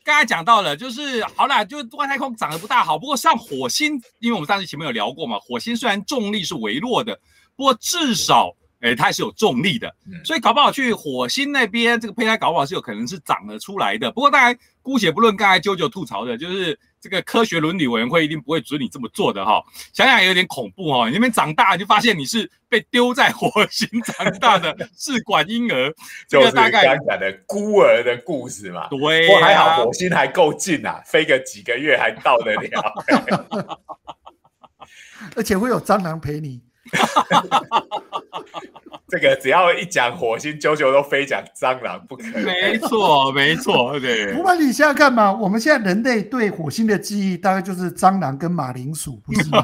Speaker 2: 刚才讲到了，就是好啦，就外太空长得不大好，不过上火星，因为我们上次前面有聊过嘛，火星虽然重力是微弱的，不过至少，哎，它还是有重力的，所以搞不好去火星那边，这个胚胎搞不好是有可能是长得出来的。不过当然，姑且不论刚才啾啾吐槽的，就是这个科学伦理委员会一定不会准你这么做的哈。想想有点恐怖哦，你那边长大你就发现你是被丢在火星长大的试管婴儿，这个大概
Speaker 1: 就是刚讲的孤儿的故事嘛。
Speaker 2: 对、啊，
Speaker 1: 不过还好火星还够近啊，飞个几个月还到得了，
Speaker 3: 而且会有蟑螂陪你。
Speaker 1: 这个只要一讲火星，啾啾都非讲蟑螂不可能。
Speaker 2: 没错，没错，对。
Speaker 3: 不过你想想看嘛，我们现在人类对火星的记忆大概就是蟑螂跟马铃薯，不是吗？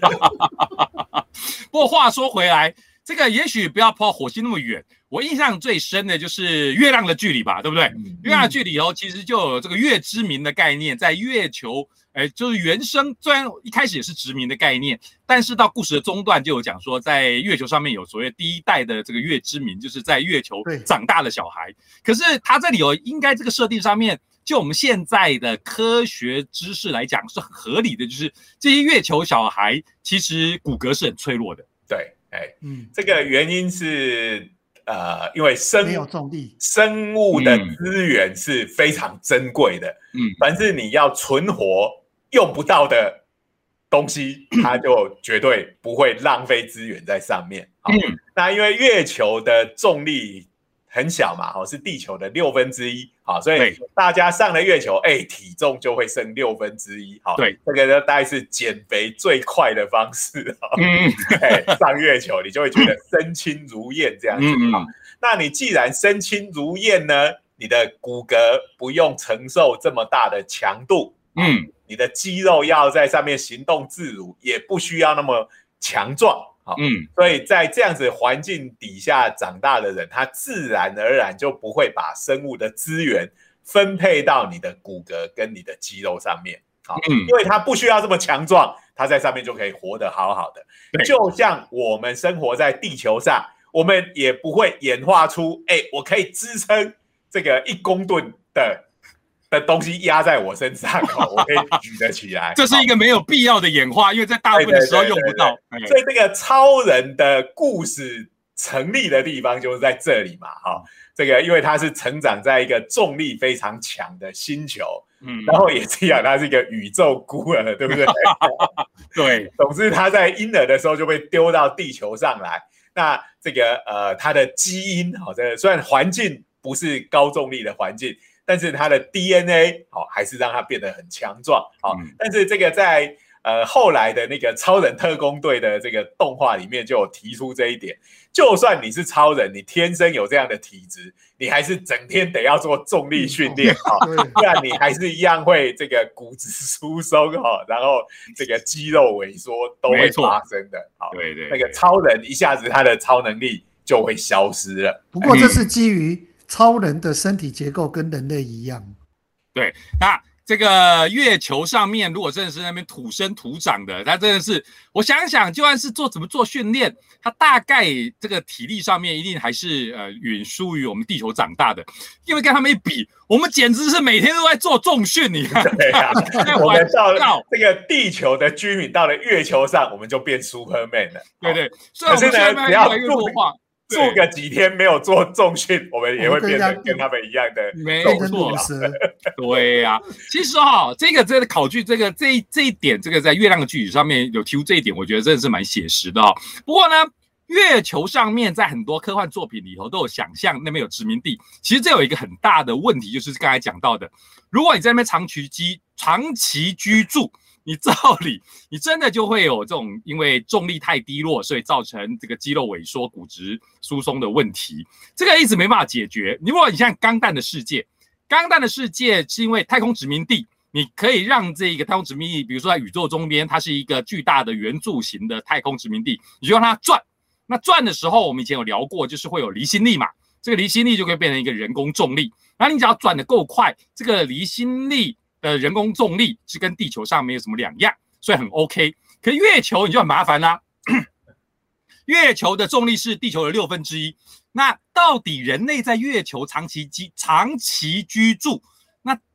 Speaker 2: 不过话说回来，这个也许不要跑火星那么远。我印象最深的就是月亮的距离吧，对不对？嗯、月亮的距离哦，其实就有这个月之名的概念，在月球。哎，就是原生，虽然一开始也是殖民的概念，但是到故事的中段就有讲说，在月球上面有所谓第一代的这个月之民，就是在月球长大的小孩。可是他这里有应该这个设定上面，就我们现在的科学知识来讲是很合理的，就是这些月球小孩其实骨骼是很脆弱的。
Speaker 1: 对，哎，嗯，这个原因是。呃，因为生
Speaker 3: 没有重力，
Speaker 1: 生物的资源是非常珍贵的。嗯，凡是你要存活用不到的东西，它就绝对不会浪费资源在上面。嗯，那因为月球的重力很小嘛，是地球的六分之一，好，所以大家上了月球，哎，体重就会剩六分之一，好，对，这个呢大概是减肥最快的方式，嗯，对，上月球你就会觉得身轻如燕这样子，嗯嗯，那你既然身轻如燕呢，你的骨骼不用承受这么大的强度，嗯，你的肌肉要在上面行动自如，也不需要那么强壮。嗯，所以在这样子环境底下长大的人，他自然而然就不会把生物的资源分配到你的骨骼跟你的肌肉上面。好，嗯，因为他不需要这么强壮，他在上面就可以活得好好的。就像我们生活在地球上，我们也不会演化出，哎，我可以支撑这个一公吨的。的东西压在我身上，我可以举得起来。
Speaker 2: 这是一个没有必要的演化，因为在大部分的时候用不到。
Speaker 1: 对对对对，所以这个超人的故事成立的地方就是在这里嘛，哈。这个因为他是成长在一个重力非常强的星球，嗯，然后也这样，他是一个宇宙孤儿，对不对？
Speaker 2: 对，
Speaker 1: 总之他在婴儿的时候就被丢到地球上来。那这个呃，他的基因，好，这虽然环境不是高重力的环境。但是他的 D N A 好、哦，还是让他变得很强壮好、哦嗯，但是这个在呃后来的那个超人特工队的这个动画里面就有提出这一点，就算你是超人，你天生有这样的体质，你还是整天得要做重力训练啊，不然你还是一样会这个骨质疏松哈、哦，然后这个肌肉萎缩都会发生的。好，
Speaker 2: 对 对,
Speaker 1: 对，那个超人一下子他的超能力就会消失了。
Speaker 3: 不过这是基于。超人的身体结构跟人类一样，
Speaker 2: 对，那这个月球上面如果真的是那边土生土长的，他真的是，我想想，就算是做怎么做训练，他大概这个体力上面一定还是呃远输于我们地球长大的，因为跟他们一比，我们简直是每天都在做重训，你看，
Speaker 1: 对啊，我们到了这个地球的居民到了月球上，我们就变 Superman 了，
Speaker 2: 对对，所以我们现在越来越弱化。
Speaker 1: 住个几天没有做重训，我们也会变得跟他们一样的。
Speaker 2: 没错，对呀、啊。其实哈、哦，这个这个考据，这个这一这一点，这个在月亮的距离上面有提出这一点，我觉得真的是蛮写实的哦。不过呢，月球上面在很多科幻作品里头都有想象那边有殖民地。其实这有一个很大的问题，就是刚才讲到的，如果你在那边长期居长期居住。你照理，你真的就会有这种因为重力太低落，所以造成这个肌肉萎缩、骨质疏松的问题。这个一直没办法解决。如果你像钢弹的世界，钢弹的世界是因为太空殖民地，你可以让这个太空殖民地，比如说在宇宙中间，它是一个巨大的圆柱形的太空殖民地，你就让它转。那转的时候，我们以前有聊过，就是会有离心力嘛，这个离心力就可以变成一个人工重力。然后你只要转得够快，这个离心力的人工重力是跟地球上没有什么两样，所以很 OK。可是月球你就很麻烦啦、啊，月球的重力是地球的六分之一。那到底人类在月球长期居长期居住，那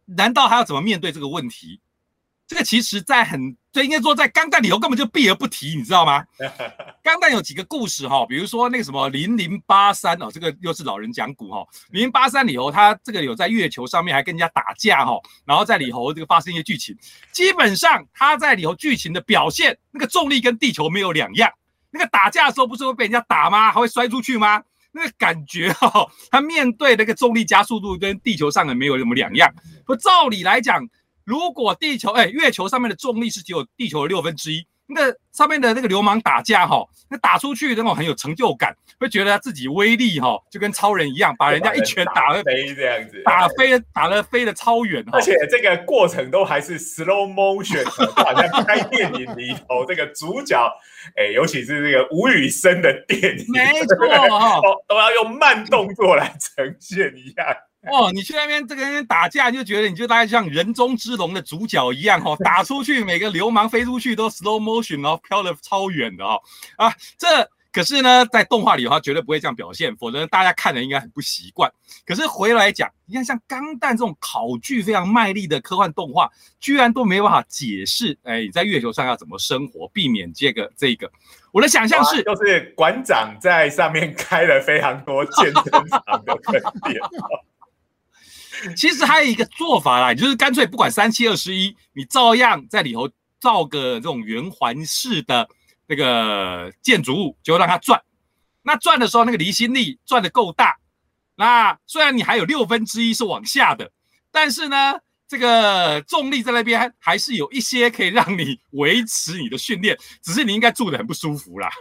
Speaker 2: 难道他要怎么面对这个问题？这个其实在很，这应该说在钢弹里头根本就避而不提，你知道吗？钢弹有几个故事哈，比如说那个什么零零八三哦，这个又是老人讲古哈。零零八三里头，他这个有在月球上面还跟人家打架哈，然后在里头这个发生一些剧情。基本上他在里头剧情的表现，那个重力跟地球没有两样。那个打架的时候不是会被人家打吗？还会摔出去吗？那个感觉哈，他面对那个重力加速度跟地球上的没有什么两样。不，照理来讲。如果地球哎、欸、月球上面的重力是只有地球的六分之一，那个上面的那个流氓打架哈，那打出去那种很有成就感，会觉得他自己威力哈，就跟超人一样，把人家一拳打了
Speaker 1: 飞这样子，
Speaker 2: 打飞打了飞了超远，
Speaker 1: 而且这个过程都还是 slow motion， 就好像拍电影里头这个主角，哎、欸，尤其是这个吴宇森的电影，
Speaker 2: 没错哈，
Speaker 1: 都要用慢动作来呈现一样。
Speaker 2: 哦，你去那边这个人打架，你就觉得你就大概像人中之龙的主角一样哦，打出去每个流氓飞出去都 slow motion， 然后飘得超远的哦啊，这可是呢，在动画里的话绝对不会这样表现，否则大家看的应该很不习惯。可是回来讲，你看像钢弹这种考据非常卖力的科幻动画，居然都没办法解释，哎，你在月球上要怎么生活，避免这个这个。我的想象是，
Speaker 1: 就是馆长在上面开了非常多健身场的分店。
Speaker 2: 其实还有一个做法啦，就是干脆不管三七二十一，你照样在里头造个这种圆环式的那个建筑物，就让它转。那转的时候，那个离心力转得够大，那虽然你还有六分之一是往下的，但是呢，这个重力在那边还是有一些可以让你维持你的训练，只是你应该住得很不舒服啦。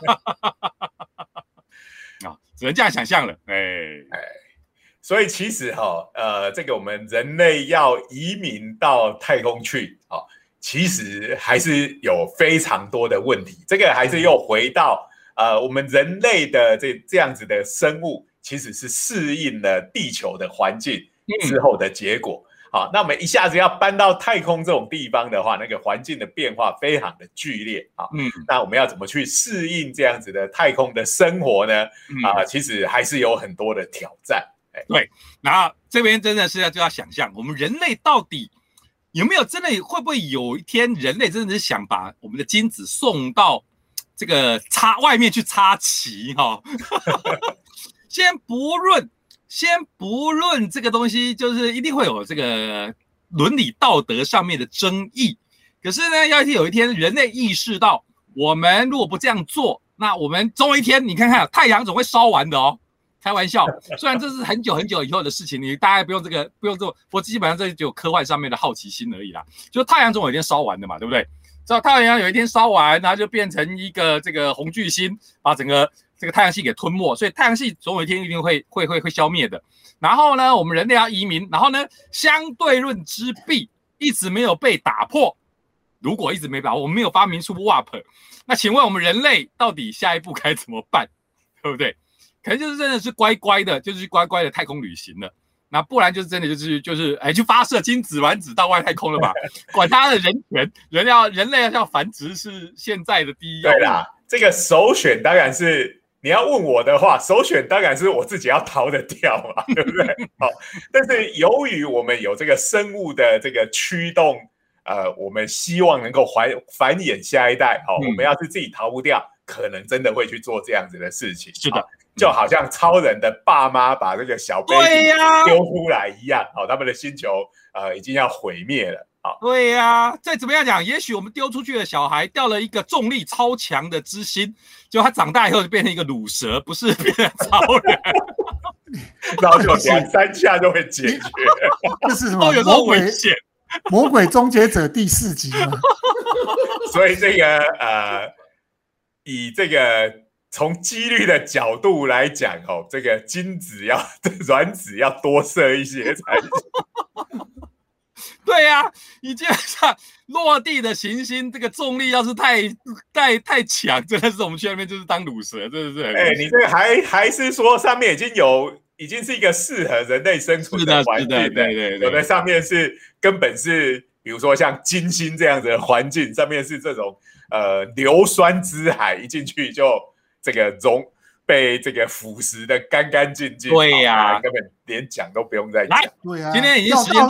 Speaker 2: 啊，只能这样想象了，哎哎。
Speaker 1: 所以其实哈、哦，呃，这个我们人类要移民到太空去，哦，其实还是有非常多的问题。这个还是又回到呃，我们人类的这这样子的生物，其实是适应了地球的环境之后的结果。好、嗯，那我们一下子要搬到太空这种地方的话，那个环境的变化非常的剧烈啊。嗯，那我们要怎么去适应这样子的太空的生活呢？啊、呃，其实还是有很多的挑战。
Speaker 2: 对，然后这边真的是要就要想象，我们人类到底有没有真的会不会有一天，人类真的是想把我们的精子送到这个插外面去插旗哈、哦？先不论，先不论这个东西，就是一定会有这个伦理道德上面的争议。可是呢，要是有一天人类意识到，我们如果不这样做，那我们总有一天，你看看太阳总会烧完的哦。开玩笑，虽然这是很久很久以后的事情，你大概不用这个不用这么，我基本上这只有科幻上面的好奇心而已啦。就太阳总有一天烧完的嘛，对不对？知道太阳有一天烧完，它就变成一个这个红巨星，把整个这个太阳系给吞没，所以太阳系总有一天一定会会会会消灭的。然后呢，我们人类要移民，然后呢，相对论之壁一直没有被打破。如果一直没把握，我们没有发明出 warp， 那请问我们人类到底下一步该怎么办？对不对？可能就是真的是乖乖的，就是乖乖的太空旅行了。那不然就是真的就是就是哎，去发射精子卵子到外太空了吧？管他的人权，人要人类要繁殖是现在的第一要务。
Speaker 1: 对啦，这个首选当然是你要问我的话，首选当然是我自己要逃得掉嘛，对不对？好，但是由于我们有这个生物的这个驱动，呃，我们希望能够繁繁衍下一代。好、哦嗯，我们要是自己逃不掉，可能真的会去做这样子的事情。
Speaker 2: 是的。
Speaker 1: 就好像超人的爸妈把这个小 baby 丢出来一样，好、哦，他们的星球呃已经要毁灭了，好、哦，
Speaker 2: 对呀、啊，再怎么样讲，也许我们丢出去的小孩掉了一个重力超强的之星，就他长大以后就变成一个乳蛇，不是变成超人，
Speaker 1: 然后就两三下就会解决，
Speaker 3: 这是什么？
Speaker 2: 有这种危险？
Speaker 3: 魔鬼终结者第四集吗？
Speaker 1: 所以这个呃，以这个。从几率的角度来讲，哦，这个精子要卵子要多射一些才行。
Speaker 2: 对呀、啊，你基本上落地的行星，这个重力要是太太太强，真的是我们去那边就是当乳蛇，真的是。
Speaker 1: 哎、欸，你这个还还是说上面已经有已经是一个适合人类生存的环境的，
Speaker 2: 对对对，
Speaker 1: 有的上面是根本是，比如说像金星这样子的环境，上面是这种呃硫酸之海，一进去就。这个溶被这个腐蚀的干干净净，
Speaker 2: 对呀、啊，
Speaker 1: 根本连讲都不用再讲。
Speaker 2: 来，
Speaker 3: 对啊，
Speaker 2: 今天已经时间到，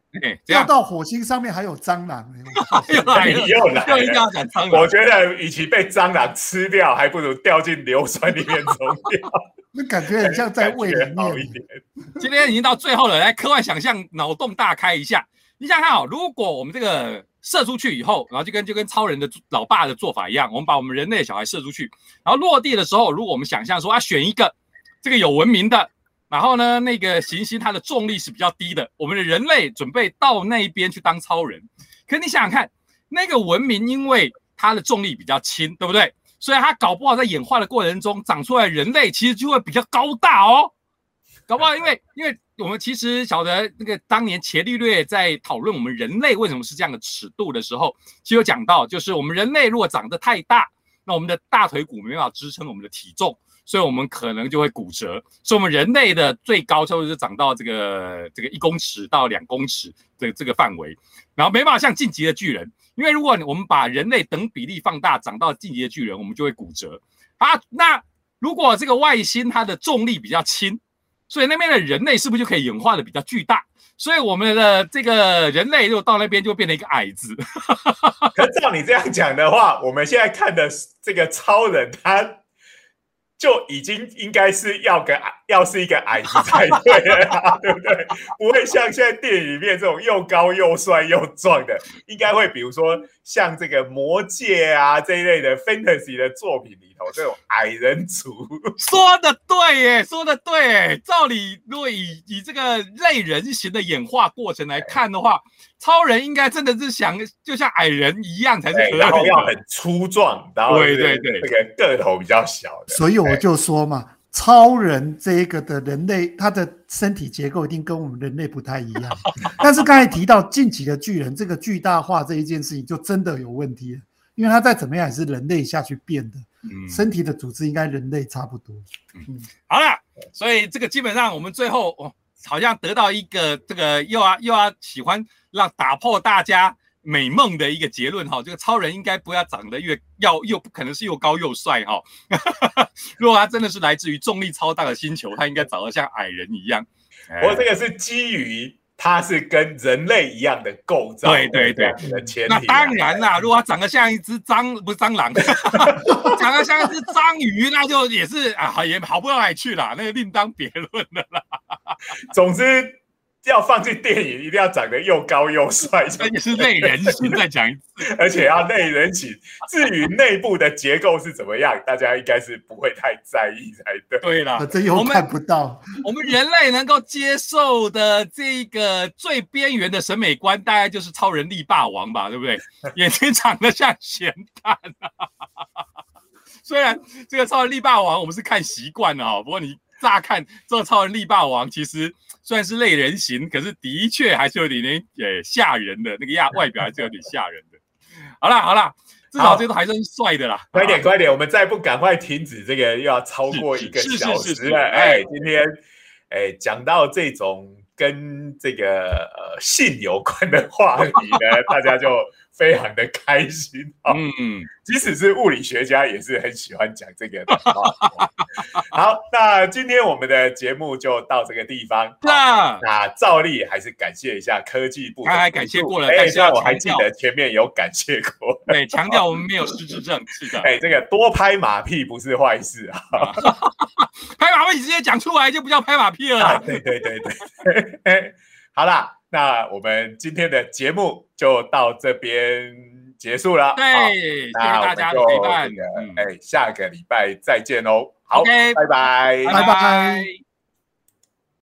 Speaker 3: 掉到火星上面还有蟑螂，
Speaker 2: 又来了，
Speaker 1: 又来了，
Speaker 2: 又一定要讲蟑螂。
Speaker 1: 我觉得与其被蟑螂吃掉，还不如掉进硫酸里面冲掉。
Speaker 3: 那感觉很像在胃里面。
Speaker 2: 今天已经到最后了，来科幻想象，脑洞大开一下。你想想看哦，如果我们这个射出去以后，然后就跟就跟超人的老爸的做法一样，我们把我们人类的小孩射出去，然后落地的时候，如果我们想象说啊，选一个这个有文明的。然后呢，那个行星它的重力是比较低的，我们的人类准备到那边去当超人。可你想想看，那个文明因为它的重力比较轻，对不对？所以它搞不好在演化的过程中长出来人类其实就会比较高大哦。搞不好因为因为我们其实晓得那个当年伽利略在讨论我们人类为什么是这样的尺度的时候，其实有讲到，就是我们人类如果长得太大，那我们的大腿骨没办法支撑我们的体重。所以我们可能就会骨折，所以我们人类的最高就是长到这个这个一公尺到两公尺的这个范围，然后没办法像进击的巨人，因为如果我们把人类等比例放大，长到进击的巨人，我们就会骨折啊。那如果这个外星它的重力比较轻，所以那边的人类是不是就可以演化的比较巨大？所以我们的这个人类如果到那边就变成一个矮子。
Speaker 1: 可是照你这样讲的话，我们现在看的这个超人他。就已经应该是要个要是一个矮子才对了啦，对不对？不会像现在电影里面这种又高又帅又壮的，应该会比如说像这个魔戒啊这一类的 fantasy 的作品里头这种矮人族。
Speaker 2: 说的对耶，说的对耶。照理如果以以这个类人型的演化过程来看的话，超人应该真的是想就像矮人一样才是合理的，
Speaker 1: 然后要很粗壮，然后
Speaker 2: 对对对，
Speaker 1: 这个个头比较小的。
Speaker 3: 所以我就说嘛，超人这一个的人类，他的身体结构一定跟我们人类不太一样。但是刚才提到晋级的巨人这个巨大化这一件事情，就真的有问题了，因为他再怎么样也是人类下去变的，嗯、身体的组织应该人类差不多。
Speaker 2: 嗯，好了，所以这个基本上我们最后哦，好像得到一个这个又要又要喜欢让打破大家美梦的一个结论哈，这个超人应该不要长得越要又不可能是又高又帅哈。如果他真的是来自于重力超大的星球，他应该长得像矮人一样。
Speaker 1: 不过这个是基于他是跟人类一样的构造，
Speaker 2: 对对对
Speaker 1: 的前提。
Speaker 2: 那当然啦，如果他长得像一只蟑不是蟑螂，长得像一只章鱼，那就也是啊，也好不到哪里去啦，那个另当别论的啦。
Speaker 1: 总之。要放进电影，一定要长得又高又帅，
Speaker 2: 而且是类人型。再讲一次，
Speaker 1: 而且要类人型。至于内部的结构是怎么样，大家应该是不会太在意才对。
Speaker 2: 对啦，
Speaker 3: 这又看不到。
Speaker 2: 我们人类能够接受的这个最边缘的审美观，大概就是超人力霸王吧，对不对？眼睛长得像咸蛋啊。虽然这个超人力霸王我们是看习惯了哈，不过你乍看这个超人力霸王，其实虽然是类人形，可是的确还是有点点呃吓人的，那个亚外表还是有点吓人的。好啦好啦，至少这都还是帅的啦。
Speaker 1: 快点快点，我们再不赶快停止，这个又要超过一个小时了。哎，今天哎讲到这种跟这个呃性有关的话题呢，大家就非常的开心啊、哦！嗯，即使是物理学家也是很喜欢讲这个的话。好，那今天我们的节目就到这个地方。那那照例还是感谢一下科技部，
Speaker 2: 刚才感谢过了，
Speaker 1: 哎，
Speaker 2: 但是
Speaker 1: 我还记得前面有感谢过，
Speaker 2: 对，强调我们没有失智症，是的。
Speaker 1: 哎，这个多拍马屁不是坏事啊。
Speaker 2: 拍马屁直接讲出来就不叫拍马屁了啦。
Speaker 1: 啊、对对对对。好啦，那我们今天的节目就到这边结束了。
Speaker 2: 对，谢谢大家的陪伴。
Speaker 1: 哎、嗯，下个礼拜再见哦。好，
Speaker 2: okay,
Speaker 1: 拜拜，
Speaker 3: 拜拜。